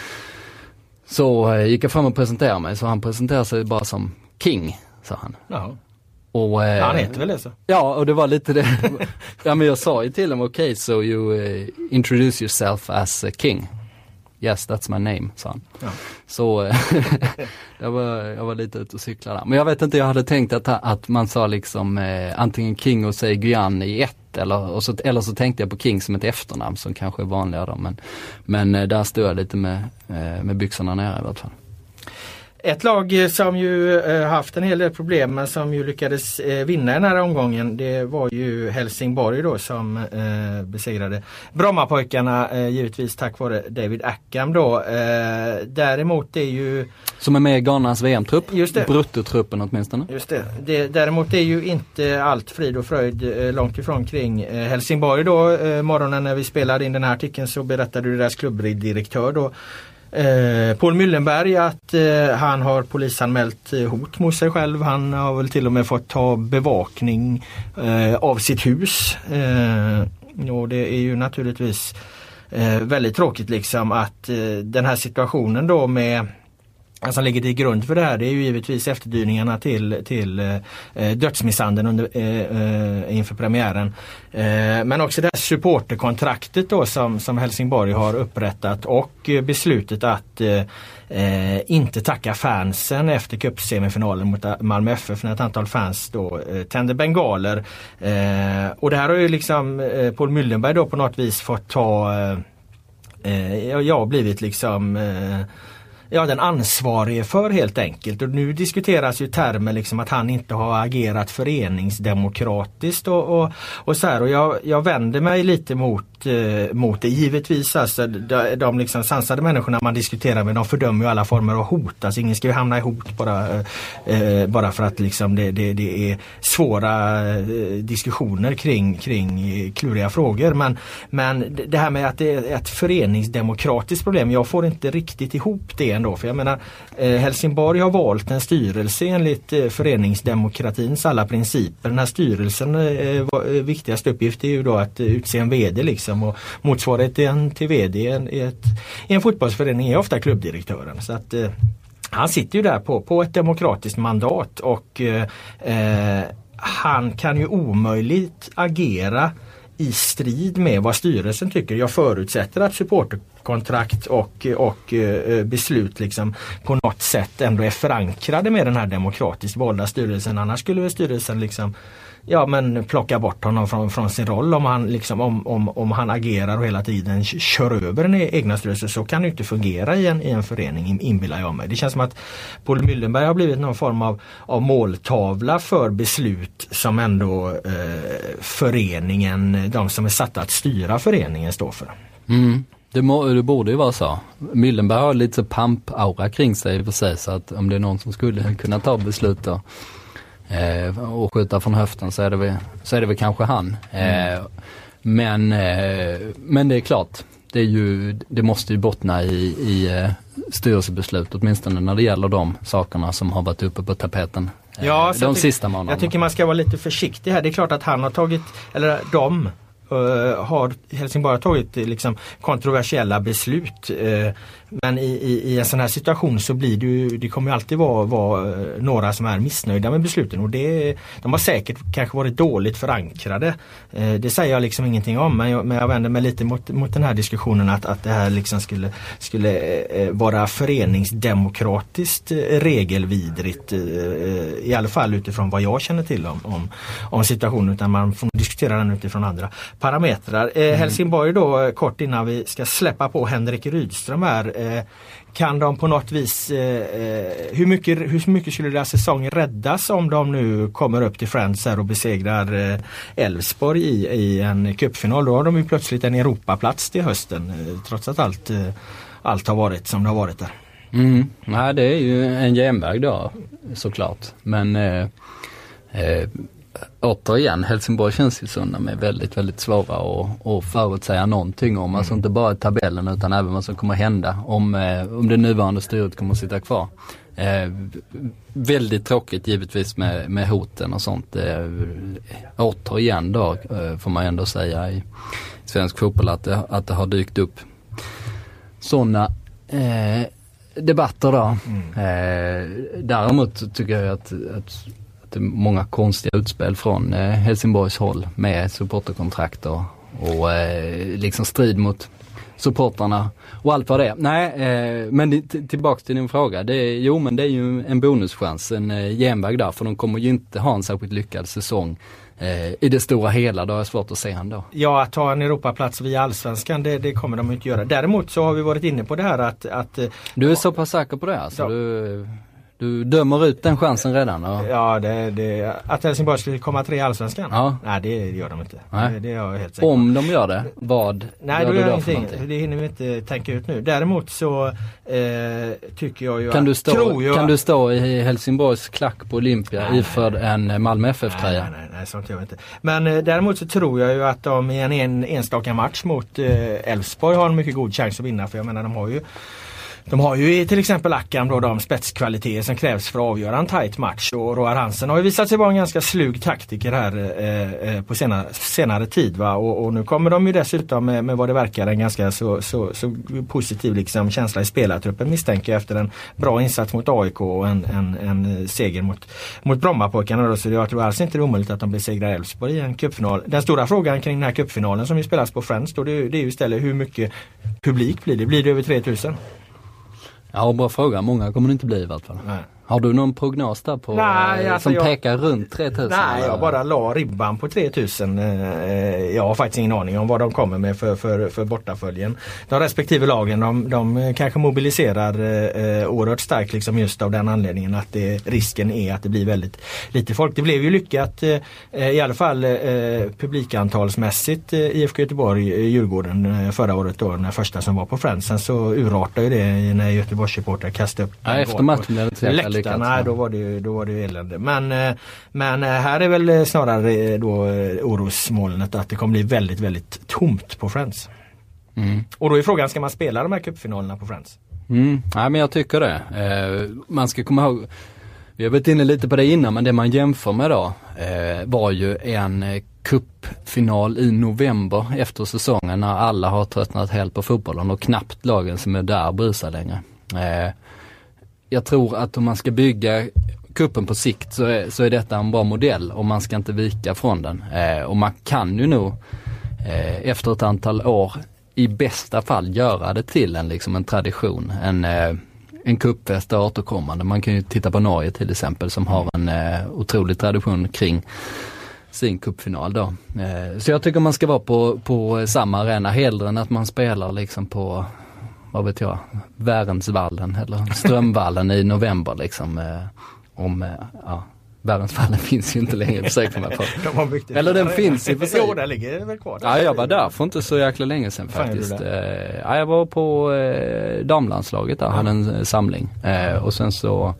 Så gick jag fram och presenterade mig. Så han presenterade sig bara som King, sa han. Jaha. Och, han heter väl det så? Ja, och det var lite det. Ja, men jag sa ju till honom, okay, so you introduce yourself as a king. Yes, that's my name, sa han. Ja. Så jag var lite ute och cykla där. Men jag vet inte, jag hade tänkt att man sa liksom antingen King och säger Guyan i ett. Eller så tänkte jag på King som ett efternamn som kanske är vanligare då. Men där stod jag lite med byxorna nere i alla fall. Ett lag som ju haft en hel del problem men som ju lyckades vinna den här omgången, det var ju Helsingborg då som besegrade Brommapojkarna, givetvis tack vare David Ackham då. Däremot är ju... Som är med i Ghanas VM-trupp, bruttotruppen åtminstone. Just det. Däremot är ju inte allt frid och fröjd långt ifrån kring Helsingborg då. Morgonen när vi spelade in den här artikeln så berättade deras klubbdirektör då, Paul Müllenberg, att han har polisanmält hot mot sig själv. Han har väl till och med fått ta bevakning av sitt hus. Och det är ju naturligtvis väldigt tråkigt liksom att den här situationen då med som ligger till grund för det här, det är ju givetvis efterdyningarna till dödsmisshandeln inför premiären. Men också det här supporterkontraktet då som Helsingborg har upprättat och beslutet att inte tacka fansen efter cupsemifinalen mot Malmö FF när ett antal fans då tände bengaler. Och det här har ju liksom Paul Müllenberg då på något vis fått blivit liksom den ansvarige för helt enkelt. Och nu diskuteras ju termer liksom att han inte har agerat föreningsdemokratiskt och så här. Och jag vänder mig lite mot det givetvis. Alltså, de liksom sansade människorna man diskuterar med, de fördömer ju alla former av hot. Alltså ingen ska ju hamna i hot bara för att liksom det är svåra diskussioner kring kluriga frågor. Men det här med att det är ett föreningsdemokratiskt problem, jag får inte riktigt ihop det ändå. För jag menar, Helsingborg har valt en styrelse enligt föreningsdemokratins alla principer. Den här styrelsen viktigaste uppgift är ju då att utse en vd liksom, och motsvarigheten till vd i en fotbollsförening är ofta klubbdirektören. Så att han sitter ju där på ett demokratiskt mandat och han kan ju omöjligt agera i strid med vad styrelsen tycker. Jag förutsätter att kontrakt och beslut liksom på något sätt ändå är förankrade med den här demokratiskt valda styrelsen. Annars skulle styrelsen liksom plocka bort honom från sin roll om han liksom om han agerar och hela tiden kör över den egna styrelsen, så kan det inte fungera i en förening, inbillar jag mig. Det känns som att Paul Müllenberg har blivit någon form av måltavla för beslut som ändå föreningen, de som är satta att styra föreningen, står för. Det borde ju vara så. Müllenberg har lite pamp-aura kring sig för sig, så att om det är någon som skulle kunna ta beslut då och skjuta från höften, så är det väl kanske han. Men det är klart, det måste ju bottna i styrelsebeslut, åtminstone när det gäller de sakerna som har varit uppe på tapeten de sista månaderna. Jag tycker man ska vara lite försiktig här. Det är klart att han har tagit, eller har Helsingborg tagit liksom kontroversiella beslut, men i en sån här situation så blir det kommer ju alltid vara några som är missnöjda med besluten, och de har säkert kanske varit dåligt förankrade. Det säger jag liksom ingenting om, men jag vänder mig lite mot den här diskussionen att det här liksom skulle vara föreningsdemokratiskt regelvidrigt, i alla fall utifrån vad jag känner till om situationen, utan man får diskutera den utifrån andra parametrar. Helsingborg då, kort innan vi ska släppa på Henrik Rydström här, kan de på något vis, hur mycket skulle deras säsong räddas om de nu kommer upp till Friends här och besegrar Elfsborg i en cupfinal? Då har de ju plötsligt en Europaplats till hösten, trots att allt har varit som det har varit där. Nej, det är ju en genväg då, såklart. Men återigen, Helsingborg känns ju sådana med väldigt, väldigt svåra att förutsäga någonting om. Alltså inte bara tabellen utan även vad som kommer hända om det nuvarande styret kommer att sitta kvar. Väldigt tråkigt givetvis med hoten och sånt. Återigen då får man ändå säga i svensk fotboll att det har dykt upp sådana debatter då. Däremot tycker jag att det är många konstiga utspel från Helsingborgs håll med supporterkontrakt och liksom strid mot supporterna och allt vad det är. Nej, men tillbaka till din fråga. Det är ju en bonuschans, en genväg där, för de kommer ju inte ha en särskilt lyckad säsong i det stora hela. Då är det svårt att se han då. Ja, att ta en Europaplats via Allsvenskan, det kommer de inte göra. Däremot så har vi varit inne på det här att du är så pass säker på det alltså? Du dömer ut den chansen redan? Och... Ja, att Helsingborg skulle komma 3 i Allsvenskan? Ja. Nej, det gör de inte. Det är jag helt säker på. Om de gör det, vad Nej, gör du då ingenting. Det hinner vi inte tänka ut nu. Däremot så tycker jag ju kan du stå i Helsingborgs klack på Olympia iförd en Malmö FF-tröja? Nej, sånt gör jag inte. Men däremot så tror jag ju att de i en enstaka match mot Elfsborg har en mycket god chans att vinna, för jag menar de har ju till exempel Akam då de spetskvaliteter som krävs för att avgöra en tight match, och Roar Hansen har ju visat sig vara en ganska slug taktiker här på senare tid, va? Och nu kommer de ju dessutom med vad det verkar en ganska så positiv liksom känsla i spelartruppen, misstänker jag, efter en bra insats mot AIK och en seger mot Brommapojkarna då, så jag tror alls inte det är omöjligt att de besegrar Elfsborg i en cupfinal. Den stora frågan kring den här cupfinalen som ju spelas på Friends då, det är ju istället hur mycket publik blir det? Blir det över 3000? Ja, bra fråga. Många kommer det inte bli i alla fall. Nej. Har du någon prognos där på som pekar runt 3000? Nej, jag bara la ribban på 3000. Jag har faktiskt ingen aning om vad de kommer med för bortaföljen. De respektive lagen, de kanske mobiliserar oerhört starkt liksom just av den anledningen att risken är att det blir väldigt lite folk. Det blev ju lyckat i alla fall publikantalsmässigt IFK Göteborg, Djurgården förra året då, när första som var på Friends. Sen så urartade ju det när Göteborgs-supportrar kastade upp. Ja, efter matchen blev det nej, då var det ju elände. Men här är väl snarare då orosmolnet att det kommer bli väldigt, väldigt tomt på Friends. Och då är frågan, ska man spela de här cupfinalerna på Friends? Nej, men jag tycker det. Man ska komma ihåg, vi har varit inne lite på det innan, men det man jämför med då var ju en cupfinal i november efter säsongen när alla har tröttnat helt på fotbollen och knappt lagen som är där brusar längre. Jag tror att om man ska bygga kuppen på sikt så är detta en bra modell och man ska inte vika från den. Och man kan ju nog efter ett antal år i bästa fall göra det till en tradition, en cupfest återkommande. Man kan ju titta på Norge till exempel som har en otrolig tradition kring sin cupfinal då. Så jag tycker man ska vara på samma arena hellre än att man spelar på, vad vet jag, Värensvallen eller Strömvallen i november Värensvallen finns ju inte längre, försöker man på. Eller den finns i för sig. Jo, där ligger väl kvar. Ja, jag var där för inte så jäkla länge sedan faktiskt. Jag var på damlandslaget där, hade en samling. Och sen så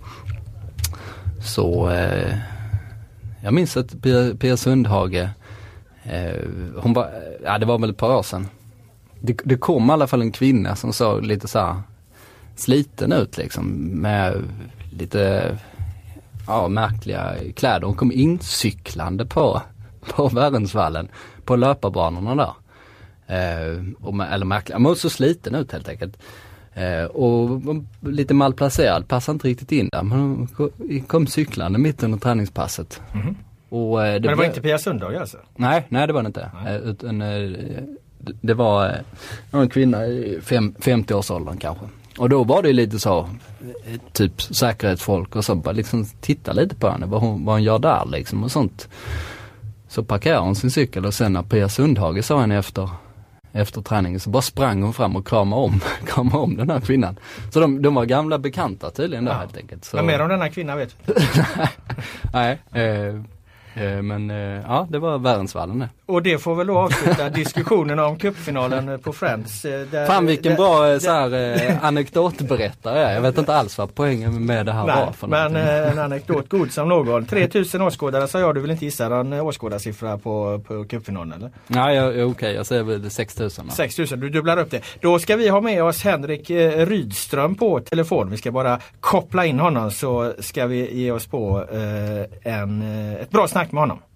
jag minns att Pia Sundhage hon var, det var väl ett par år sedan. Det kom i alla fall en kvinna som såg lite så här sliten ut med lite märkliga kläder. Hon kom incyklande på Värensvallen på löparbanorna där. Eller märkliga, men så sliten ut helt enkelt. Och lite malplacerad, passade inte riktigt in där. Men hon kom cyklande mitt under träningspasset. Mm. Och, men det var inte Pia Sundhage alltså? Nej, det var det inte. Utan, det var en kvinna i 50-årsåldern kanske. Och då var det lite så, typ säkerhetsfolk och så bara titta lite på henne, vad hon gör där och sånt. Så parkerade hon sin cykel och sen när Pia Sundhage sa henne efter träningen så bara sprang hon fram och kramade om den här kvinnan. Så de var gamla bekanta tydligen där helt enkelt. Så. Men mer om den här kvinnan vet du? Nej, men det var Värensvallen. Och det får väl då avsluta diskussionen om cupfinalen på Friends. Fan vilken bra anekdotberättare. Jag vet inte alls vad poängen med det här var. För men en anekdot god som någon. 3000 åskådare sa jag, du vill inte gissa en åskådarsiffra på cupfinalen eller? Nej, okej. Jag säger väl 6000. 6000, du dubblar upp det. Då ska vi ha med oss Henrik Rydström på telefon. Vi ska bara koppla in honom så ska vi ge oss på ett bra snack med honom.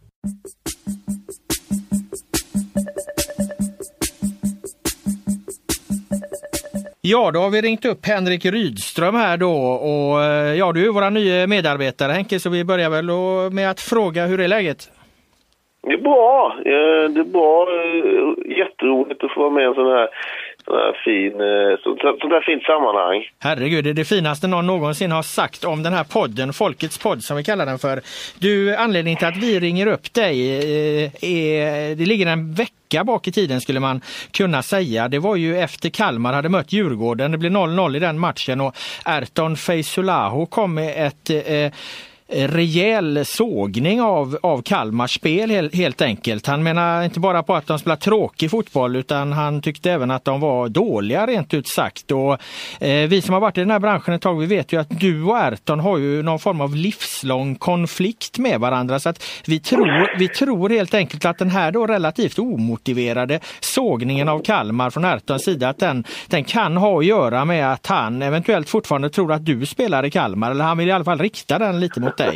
Ja, då har vi ringt upp Henrik Rydström här då och du är våra nya medarbetare Henke, så vi börjar väl med att fråga hur är läget? Det är bra, jätteroligt att få vara med i en sån här fint sammanhang. Herregud, det är det finaste någon någonsin har sagt om den här podden, Folkets podd som vi kallar den för. Du, anledningen till att vi ringer upp dig det ligger en vecka bak i tiden skulle man kunna säga. Det var ju efter Kalmar hade mött Djurgården. Det blev 0-0 i den matchen och Erton Feysolahu kom med ett rejäl sågning av Kalmars spel helt enkelt. Han menar inte bara på att de spelar tråkig fotboll utan han tyckte även att de var dåliga rent ut sagt. Och vi som har varit i den här branschen ett tag, vi vet ju att du och Erton har ju någon form av livslång konflikt med varandra, så att vi tror helt enkelt att den här då relativt omotiverade sågningen av Kalmar från Ertons sida, att den kan ha att göra med att han eventuellt fortfarande tror att du spelar i Kalmar, eller han vill i alla fall rikta den lite mot dig.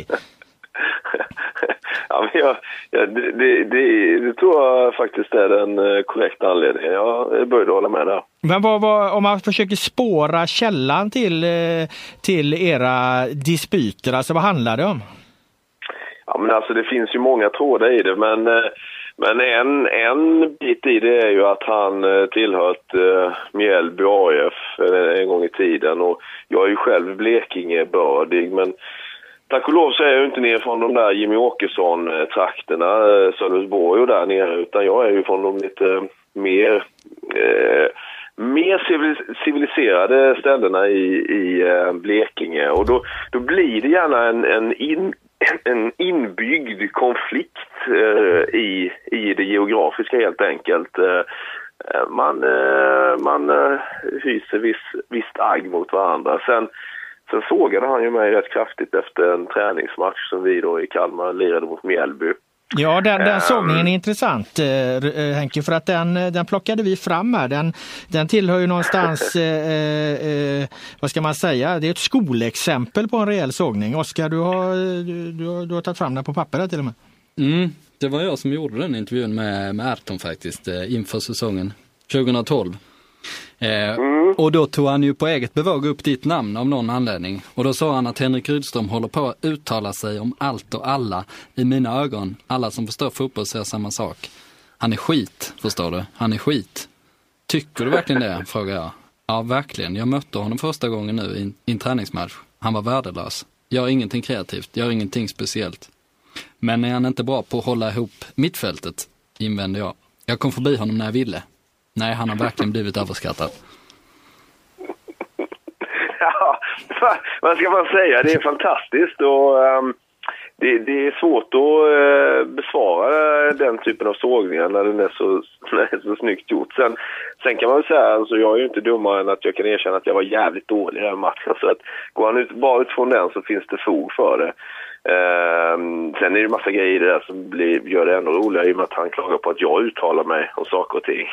Ja, men det tror jag faktiskt är den korrekta anledningen. Jag började hålla med där. Men om man försöker spåra källan till era dispyter, alltså vad handlar det om? Ja, men alltså det finns ju många trådar i det, men en bit i det är ju att han tillhört Mjällby AIF en gång i tiden, och jag är ju själv Blekingebördig, men tack och lov så är jag ju inte ner från de där Jimmy Åkesson-trakterna, Sölvesborg och där nere, utan jag är ju från de lite mer civiliserade ställena i Blekinge, och då blir det gärna en inbyggd konflikt i det geografiska helt enkelt. Man hyser visst agg mot varandra. Sen sågade han ju mig rätt kraftigt efter en träningsmatch som vi då i Kalmar lirade mot Mjällby. Ja, den sågningen är intressant, Henke, för att den plockade vi fram här. Den tillhör ju någonstans, vad ska man säga, det är ett skolexempel på en rejäl sågning. Oskar, du har tagit fram den på papper där till och med. Det var jag som gjorde den intervjun med Erton faktiskt inför säsongen 2012. Och då tog han ju på eget bevåg upp ditt namn av någon anledning. Och då sa han att Henrik Rydström håller på att uttala sig om allt och alla. I mina ögon, alla som förstår fotboll säger samma sak. Han är skit, förstår du? Han är skit. Tycker du verkligen det? Frågar jag. Ja, verkligen. Jag mötte honom första gången nu i en träningsmatch. Han var värdelös. Gör ingenting kreativt, gör ingenting speciellt. Men är han inte bra på att hålla ihop mittfältet, invände jag. Jag kom förbi honom när jag ville. Nej, han har verkligen blivit överskattad. Ja, vad ska man säga? Det är fantastiskt och det är svårt att besvara den typen av sågningar när den är så snyggt gjort. Sen kan man väl säga, alltså jag är ju inte dummare än att jag kan erkänna att jag var jävligt dålig i den matchen. Så att går han bara utifrån den så finns det fog för det. Sen är det massa grejer där som gör det ännu roligare i och med att han klagar på att jag uttalar mig om saker och ting.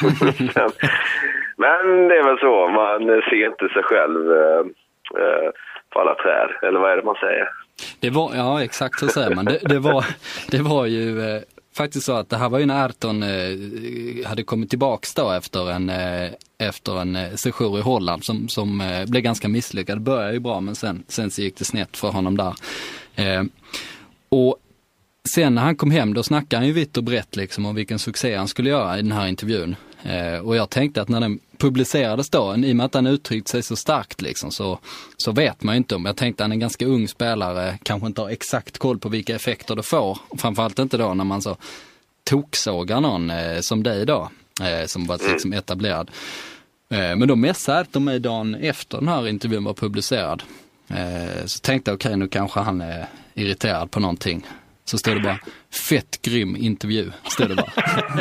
Men det är väl så, man ser inte sig själv på alla träd, eller vad är det man säger? Det var, ja exakt så säger man. Det var ju faktiskt så att det här var ju när Ayrton hade kommit tillbaks då efter en session i Holland som blev ganska misslyckad. Det började ju bra men sen så gick det snett för honom där. Och sen när han kom hem då snackade han ju vitt och brett liksom om vilken succé han skulle göra i den här intervjun. Och jag tänkte att när den publicerades då, i och med att han uttryckt sig så starkt liksom, så vet man ju inte om. Jag tänkte att han är en ganska ung spelare, kanske inte har exakt koll på vilka effekter det får. Framförallt inte då när man så toksågar någon som dig då, som var liksom etablerad. Men då messade de mig dagen efter den här intervjun var publicerad. Så tänkte jag okej, nu kanske han är irriterad på någonting. Så stod det bara, fett grym intervju, stod det bara.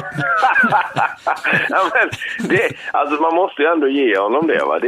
Ja, men alltså man måste ju ändå ge honom det, va?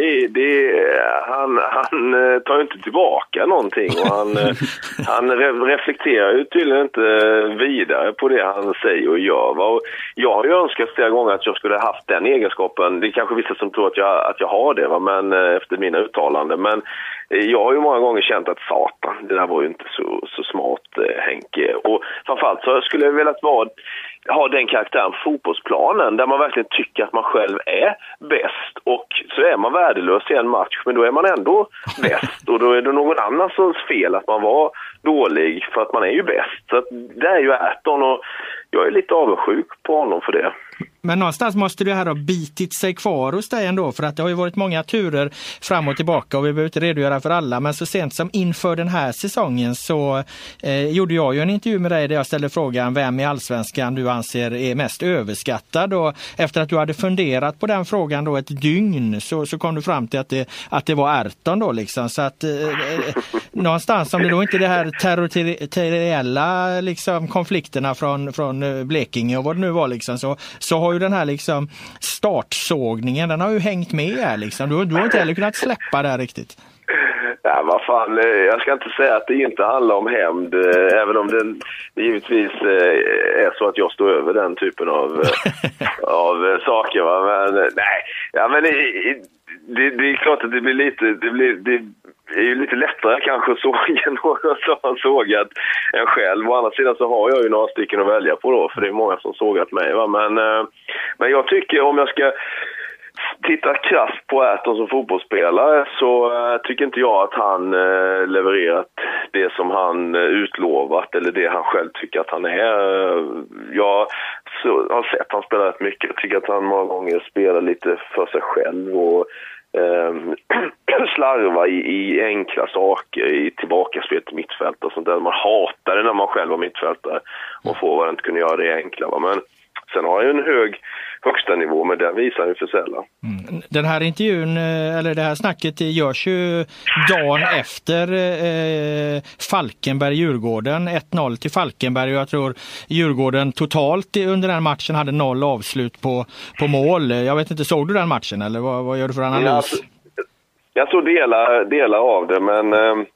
Han tar ju inte tillbaka någonting och han reflekterar ju tydligen inte vidare på det han säger och gör, va? Och jag har ju önskat flera gånger att jag skulle ha haft den egenskapen. Det är kanske vissa som tror att jag har det, va? Men efter mina uttalanden, men jag har ju många gånger känt att satan, det där var ju inte så smart, Henke. Och framförallt så skulle jag velat ha den karaktären på fotbollsplanen där man verkligen tycker att man själv är bäst. Och så är man värdelös i en match, men då är man ändå bäst. Och då är det någon annans fel att man var dålig, för att man är ju bäst. Så att det är ju Ayrton och jag är lite avundsjuk på honom för det. Men någonstans måste det här ha bitit sig kvar hos dig ändå, för att det har ju varit många turer fram och tillbaka och vi behöver inte redogöra för alla, men så sent som inför den här säsongen så gjorde jag ju en intervju med dig där jag ställde frågan vem i Allsvenskan du anser är mest överskattad, och efter att du hade funderat på den frågan då ett dygn så kom du fram till att det var Ayrton då liksom, så att någonstans om det då inte är det här territoriella liksom konflikterna från Blekinge och vad det nu var liksom, så har ju den här liksom startsågningen, den har ju hängt med här liksom. Du har inte heller kunnat släppa det här riktigt. Ja, vad fan, jag ska inte säga att det inte handlar om hämnd, även om det givetvis är så att jag står över den typen av saker, va? Men nej, ja, men det är klart att det blir lite, det är ju lite lättare kanske att såga någon som har sågat en själv. Å andra sidan så har jag ju några stycken att välja på då, för det är många som sågat mig, va? Men jag tycker, om jag ska titta krasst på Ayrton som fotbollsspelare, så tycker inte jag att han levererat det som han utlovat eller det han själv tycker att han är. Jag har sett han spela rätt mycket. Jag tycker att han många gånger spelar lite för sig själv och slarva i enkla saker, i tillbakaspel till mittfält och sånt där. Man hatar det när man själv var mittfältare och får vad inte kunde göra det enkla, va? Men sen har jag en högsta nivå, men den visar ju för sällan. Den här intervjun, eller det här snacket görs ju dagen efter Falkenberg-Djurgården, 1-0 till Falkenberg, och jag tror Djurgården totalt under den matchen hade 0 avslut på mål. Jag vet inte, såg du den matchen eller vad gör du för analys? Jag såg delar av det, men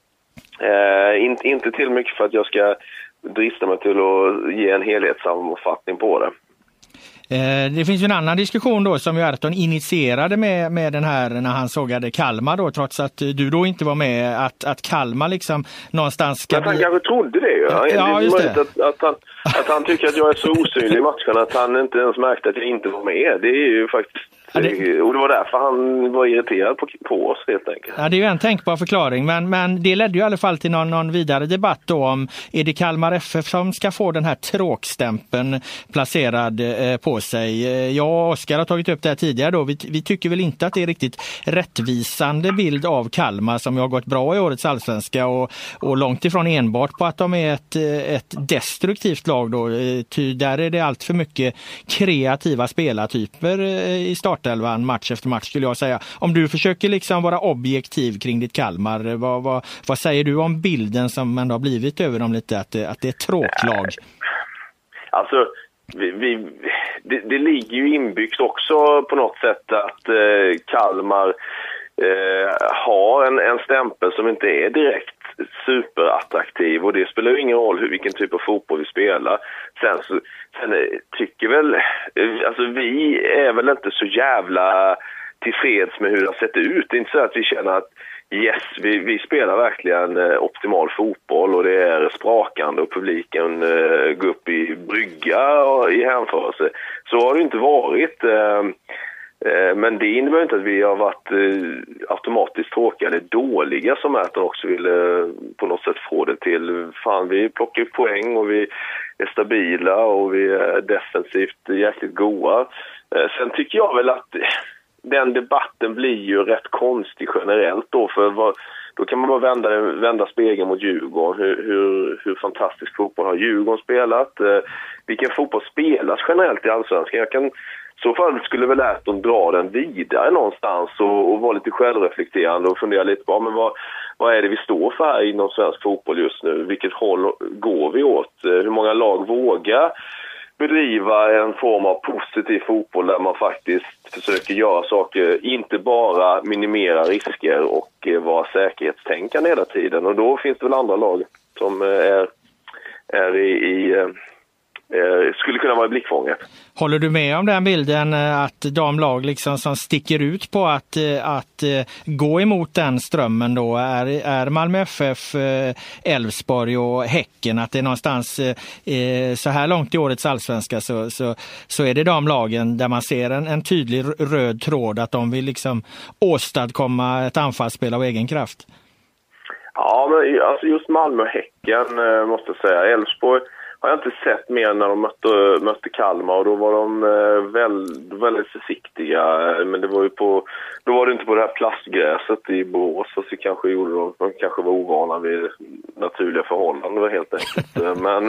inte till mycket för att jag ska drista mig till att ge en helhetssammanfattning på det. Det finns ju en annan diskussion då som Ayrton initierade med den här när han sågade Kalmar då, trots att du då inte var med, att Kalmar liksom någonstans ska han kanske trodde det ju. Ja, just det. Att han tycker att jag är så osynlig i matchen att han inte ens märkte att jag inte var med. Det är ju faktiskt Och det var därför han var irriterad på oss helt enkelt. Ja, det är ju en tänkbar förklaring, men det ledde ju i alla fall till någon vidare debatt då om är det Kalmar FF som ska få den här tråkstämpeln placerad på sig. Jag och Oskar har tagit upp det här tidigare då. Vi tycker väl inte att det är riktigt rättvisande bild av Kalmar som har gått bra i årets allsvenska och långt ifrån enbart på att de är ett destruktivt lag då. Där är det allt för mycket kreativa spelartyper i startelvan match efter match skulle jag säga. Om du försöker liksom vara objektiv kring ditt Kalmar, vad säger du om bilden som ändå har blivit över dem lite, att det är ett tråklag? Alltså, det ligger ju inbyggt också på något sätt att Kalmar har en stämpel som inte är direkt superattraktiv, och det spelar ju ingen roll vilken typ av fotboll vi spelar. Sen tycker väl, alltså vi är väl inte så jävla tillfreds med hur det har sett ut. Det är inte så att vi känner att yes, vi spelar verkligen optimal fotboll och det är sprakande och publiken går upp i brygga i hänförelse. Så har det inte varit. Men det innebär inte att vi har varit automatiskt tråkiga eller dåliga, som att de också ville på något sätt få det till. Fan, vi plockar poäng och vi är stabila och vi är defensivt jäkligt goda. Sen tycker jag väl att den debatten blir ju rätt konstig generellt då, för då kan man bara vända spegeln mot Djurgården. Hur fantastisk fotboll har Djurgården spelat? Vilken fotboll spelas generellt i allsvenskan? Så fall skulle väl att de dra den vidare någonstans och vara lite självreflekterande och fundera lite på men vad är det vi står för här inom svensk fotboll just nu? Vilket håll går vi åt? Hur många lag vågar bedriva en form av positiv fotboll där man faktiskt försöker göra saker, inte bara minimera risker och vara säkerhetstänkande hela tiden. Och då finns det väl andra lag som skulle kunna vara i blickfånget. Håller du med om den bilden att de lag liksom som sticker ut på att gå emot den strömmen då är Malmö FF, Elfsborg och Häcken, att det är någonstans så här långt i årets allsvenska så är det de lagen där man ser en tydlig röd tråd att de vill liksom åstadkomma ett anfallsspel av egen kraft? Ja, men alltså just Malmö och Häcken måste jag säga. Elfsborg har jag inte sett mer när de mötte Kalmar, och då var de väldigt försiktiga, men då var det inte på det här plastgräset i Borås, så kanske de kanske var ovana vid naturliga förhållanden helt enkelt. men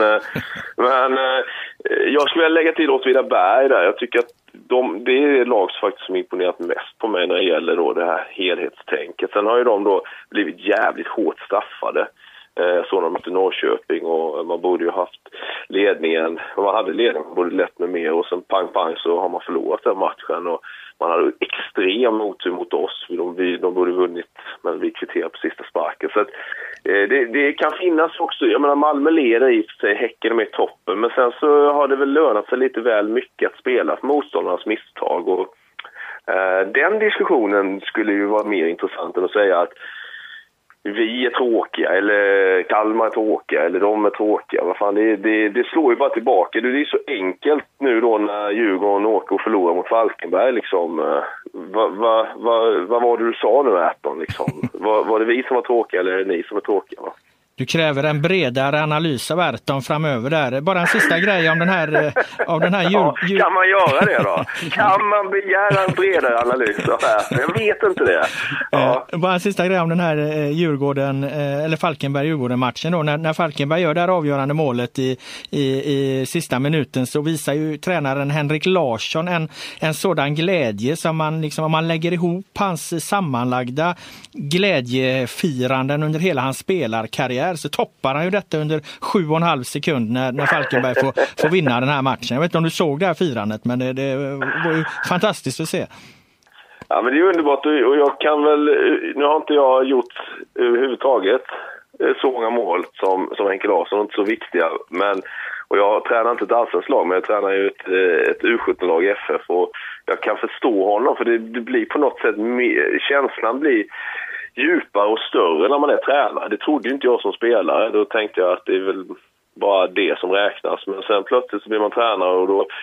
jag skulle vilja lägga till Åtvidaberg där. Jag tycker att det är ett lag som faktiskt imponerat mest på mig när det gäller då det här helhetstänket. Sen har ju de då blivit jävligt hårt straffade. Så de mötte Norrköping, och man borde ju haft ledningen. Man hade ledningen, man borde lätt med mer, och sen pang så har man förlorat den matchen, och man hade extrem motur mot oss. De borde vunnit, men vi kvitterade på sista sparken. Så att, det kan finnas också, jag menar Malmö leder i sig, Häcken med toppen, men sen så har det väl lönat sig lite väl mycket att spela för motståndarnas misstag, och den diskussionen skulle ju vara mer intressant än att säga att vi är tråkiga, eller Kalmar är tråkiga, eller de är tråkiga. Vad fan, det slår ju bara tillbaka. Det är så enkelt nu då när Djurgården åker och förlorar mot Falkenberg. Liksom. Vad var det du sa nu, Erton? Liksom? Var det vi som var tråkiga, eller är det ni som är tråkiga? Va? Du kräver en bredare analys av Erton framöver där. Bara en sista grej om den här kan man göra det då? Kan man begära en bredare analys av Erton? Jag vet inte det. Ja. Bara en sista grej om den här Falkenberg-Djurgården-matchen då. När Falkenberg gör det här avgörande målet i sista minuten, så visar ju tränaren Henrik Larsson en sådan glädje som man liksom, om man lägger ihop hans sammanlagda glädjefiranden under hela hans spelarkarriär, så toppar han ju detta under 7,5 sekund när Falkenberg får vinna den här matchen. Jag vet inte om du såg det här firandet, men det var ju fantastiskt att se. Ja, men det är underbart, och jag kan väl, nu har inte jag gjort överhuvudtaget så många mål som Henke Larsson, inte så viktiga, och jag tränar inte ett allsvenslag, men jag tränar ju ett U17-lag i FF, och jag kan förstå honom, för det blir på något sätt känslan blir djupare och större när man är tränare. Det trodde ju inte jag som spelare. Då tänkte jag att det är väl bara det som räknas. Men sen plötsligt så blir man tränare, och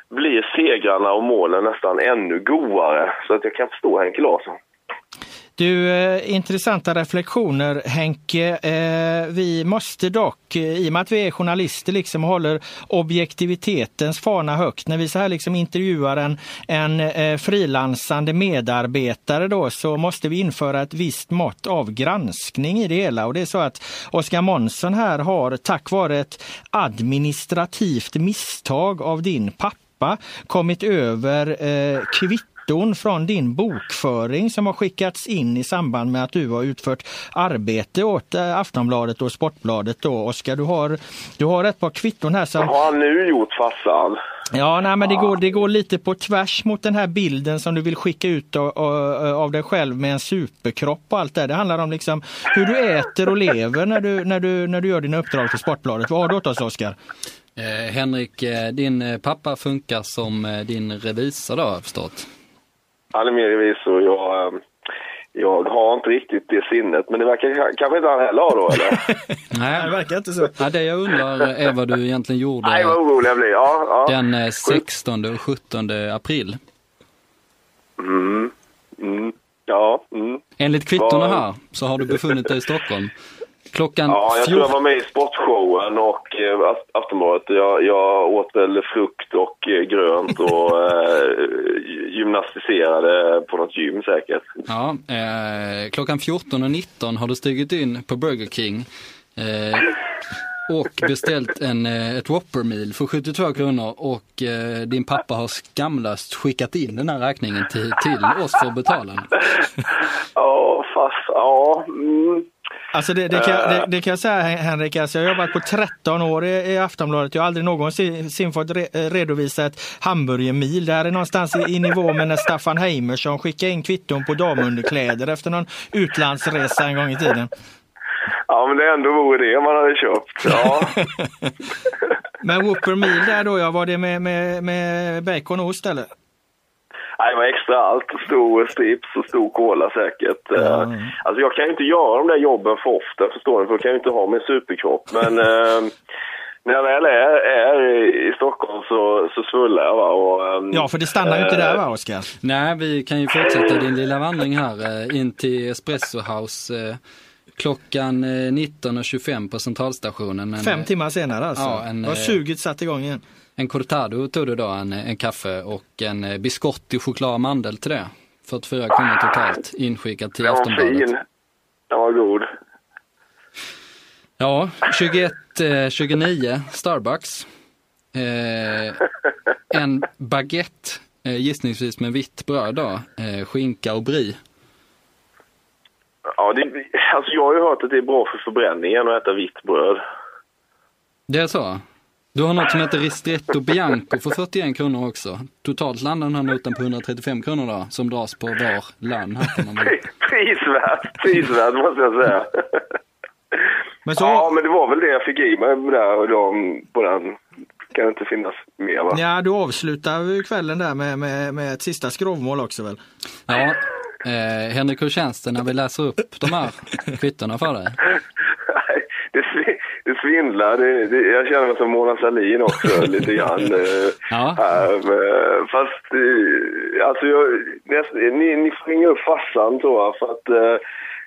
blir segrarna och målen nästan ännu godare. Så att jag kan förstå Henke Larsson. Du, intressanta reflektioner Henke. Vi måste dock, i och med att vi är journalister liksom håller objektivitetens fana högt, när vi så här liksom intervjuar en frilansande medarbetare då, så måste vi införa ett visst mått av granskning i det hela. Och det är så att Oskar Månsson här har, tack vare ett administrativt misstag av din pappa, kommit över från din bokföring som har skickats in i samband med att du har utfört arbete åt Aftonbladet och Sportbladet då. Oskar, du har ett par kvitton här som... Vad har han nu gjort, farsan? Ja, nej, men det går lite på tvärs mot den här bilden som du vill skicka ut av dig själv med en superkropp och allt det. Det handlar om liksom hur du äter och lever när du gör dina uppdrag till Sportbladet. Vad har du åt oss, Oskar? Henrik, din pappa funkar som din revisor då, har jag förstått. Han är min revisor. Jag har inte riktigt det sinnet, men det verkar kanske inte han heller ha då, eller? Nej, det verkar inte så. Ja, det jag undrar är vad du egentligen gjorde. Nej, vad orolig jag blir. Ja. Den 16 och 17 april. Ja. Enligt kvittorna här så har du befunnit dig i Stockholm. Klockan jag tror jag var med i sportshowen och Aftonbladet. Jag åt väl frukt och grönt och gymnastiserade på något gym säkert. Ja, klockan 14:19 har du stigit in på Burger King och beställt ett Whopper Meal för 72 kronor och din pappa har skamlöst skickat in den här räkningen till oss för att betala. Alltså det kan jag säga, Henrik, alltså jag har jobbat på 13 år i Aftonbladet. Jag har aldrig någonsin fått redovisa ett hamburgermil. Det här är någonstans i nivå med när Staffan Heimersson skickade in kvitton på damunderkläder efter någon utlandsresa en gång i tiden. Ja, men det ändå vore det man hade köpt. Ja. Men Whopper Meal där då, var det med bacon och ost eller? Nej, det var extra allt. Stor strips och stor cola säkert. Alltså jag kan ju inte göra de där jobben för ofta, förstår ni? För jag kan ju inte ha min superkropp. Men när jag väl är i Stockholm så svullar jag, va? Och, ja, för det stannar ju inte där, va, Oskar? Nej, vi kan ju fortsätta din lilla vandring här in till Espresso House klockan 19:25 på centralstationen. 5 timmar senare alltså. Ja, var suget satt igång igen. En cortado tog du då, en kaffe och en biscotti choklad och mandel till det. 44 kronor totalt inskickat till Aftonbladet. Fin. Den var god. Ja, 21:29 Starbucks. En baguette, gissningsvis med vitt bröd då, skinka och brie. Ja, alltså jag har ju hört att det är bra för förbränningen att äta vitt bröd. Det är så? Du har något som heter Ristretto Bianco för 41 kronor också. Totalt landar den här noten på 135 kronor då, som dras på var lön. Prisvärt måste jag säga. Men så... Ja, men det var väl det jag fick i mig där, och på den kan det inte finnas mer, va? Ja, du avslutar kvällen där med ett sista skrovmål också väl? Ja, Henrik, hur känns det när vi läser upp de här kvittorna för dig? Det svindlar. Jag känner mig som Mona Sahlin också lite grann. Ja. Fast alltså ni får ringa upp farsan, tror jag, för att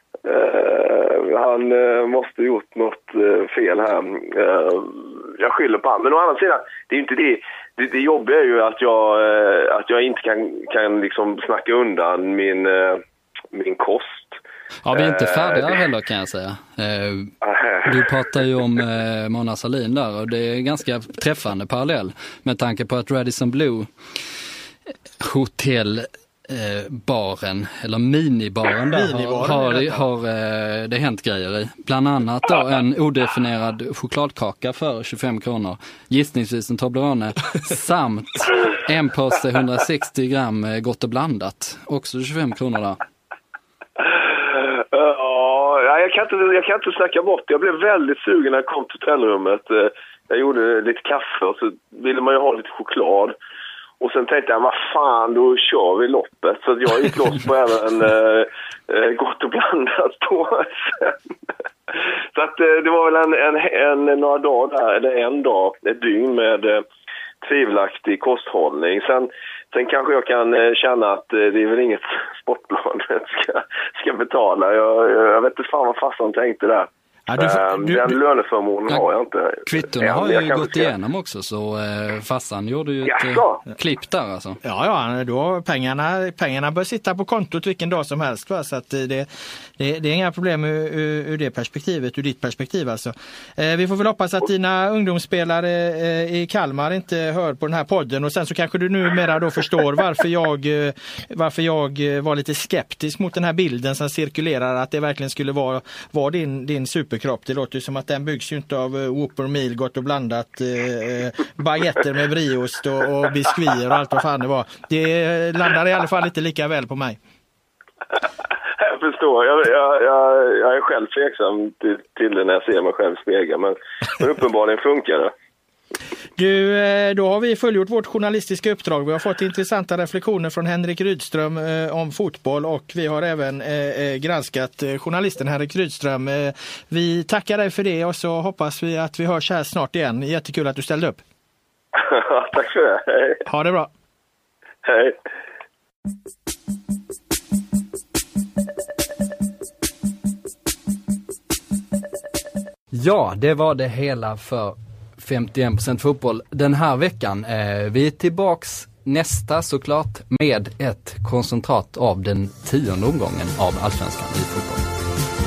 han måste gjort något fel här. Jag skyller på han. Men å andra sidan, det är inte det. Det jobbiga är ju att jag inte kan liksom snacka undan min kost. Ja, vi är inte färdiga heller, kan jag säga. Du pratar ju om Mona Sahlin där, och det är ganska träffande parallell med tanke på att Radisson Blu hotell baren eller minibaren där har det hänt grejer i. Bland annat då en odefinierad chokladkaka för 25 kronor. Gissningsvis en Toblerone samt en påse 160 gram gott och blandat. Också 25 kronor där. Ja, jag kan inte snacka bort. Jag blev väldigt sugen när jag kom till hotellrummet. Jag gjorde lite kaffe och så ville man ju ha lite choklad. Och sen tänkte jag, vad fan, då kör vi loppet. Så jag gick loss på även gott och blandat på sen. Så att det var väl några dagar där, eller en dag, ett dygn med tvivelaktig kosthållning. Sen kanske jag kan känna att det är väl inget Sportbladet ska betala. Jag vet inte fan vad farsan tänkte där. Ja, den löneförmånen har jag inte. Kvittorna har ju gått igenom också, så farsan gjorde ju ett klipp där alltså. Ja, då pengarna bör sitta på kontot vilken dag som helst. Va? Så att det är inga problem ur det perspektivet, ur ditt perspektiv alltså. Vi får väl hoppas att dina ungdomsspelare i Kalmar inte hör på den här podden, och sen så kanske du numera då förstår varför jag var lite skeptisk mot den här bilden som cirkulerar, att det verkligen skulle vara din superkropp. Det låter ju som att den byggs ju inte av Whopper Meal, gott och blandat, baguetter med briost och biskvier och allt vad fan det var. Det landar i alla fall inte lika väl på mig. Jag förstår. Jag är själv tveksam till det när jag ser mig själv spegla, men uppenbarligen funkar det. Du, då har vi fullgjort vårt journalistiska uppdrag. Vi har fått intressanta reflektioner från Henrik Rydström om fotboll, och vi har även granskat journalisten Henrik Rydström. Vi tackar dig för det, och så hoppas vi att vi hörs här snart igen. Jättekul att du ställde upp. Tack för det. Hej. Ha det bra. Hej. Ja, det var det hela för 51% fotboll den här veckan. Vi är tillbaks nästa såklart med ett koncentrat av den 10:e omgången av Allsvenskan i fotboll.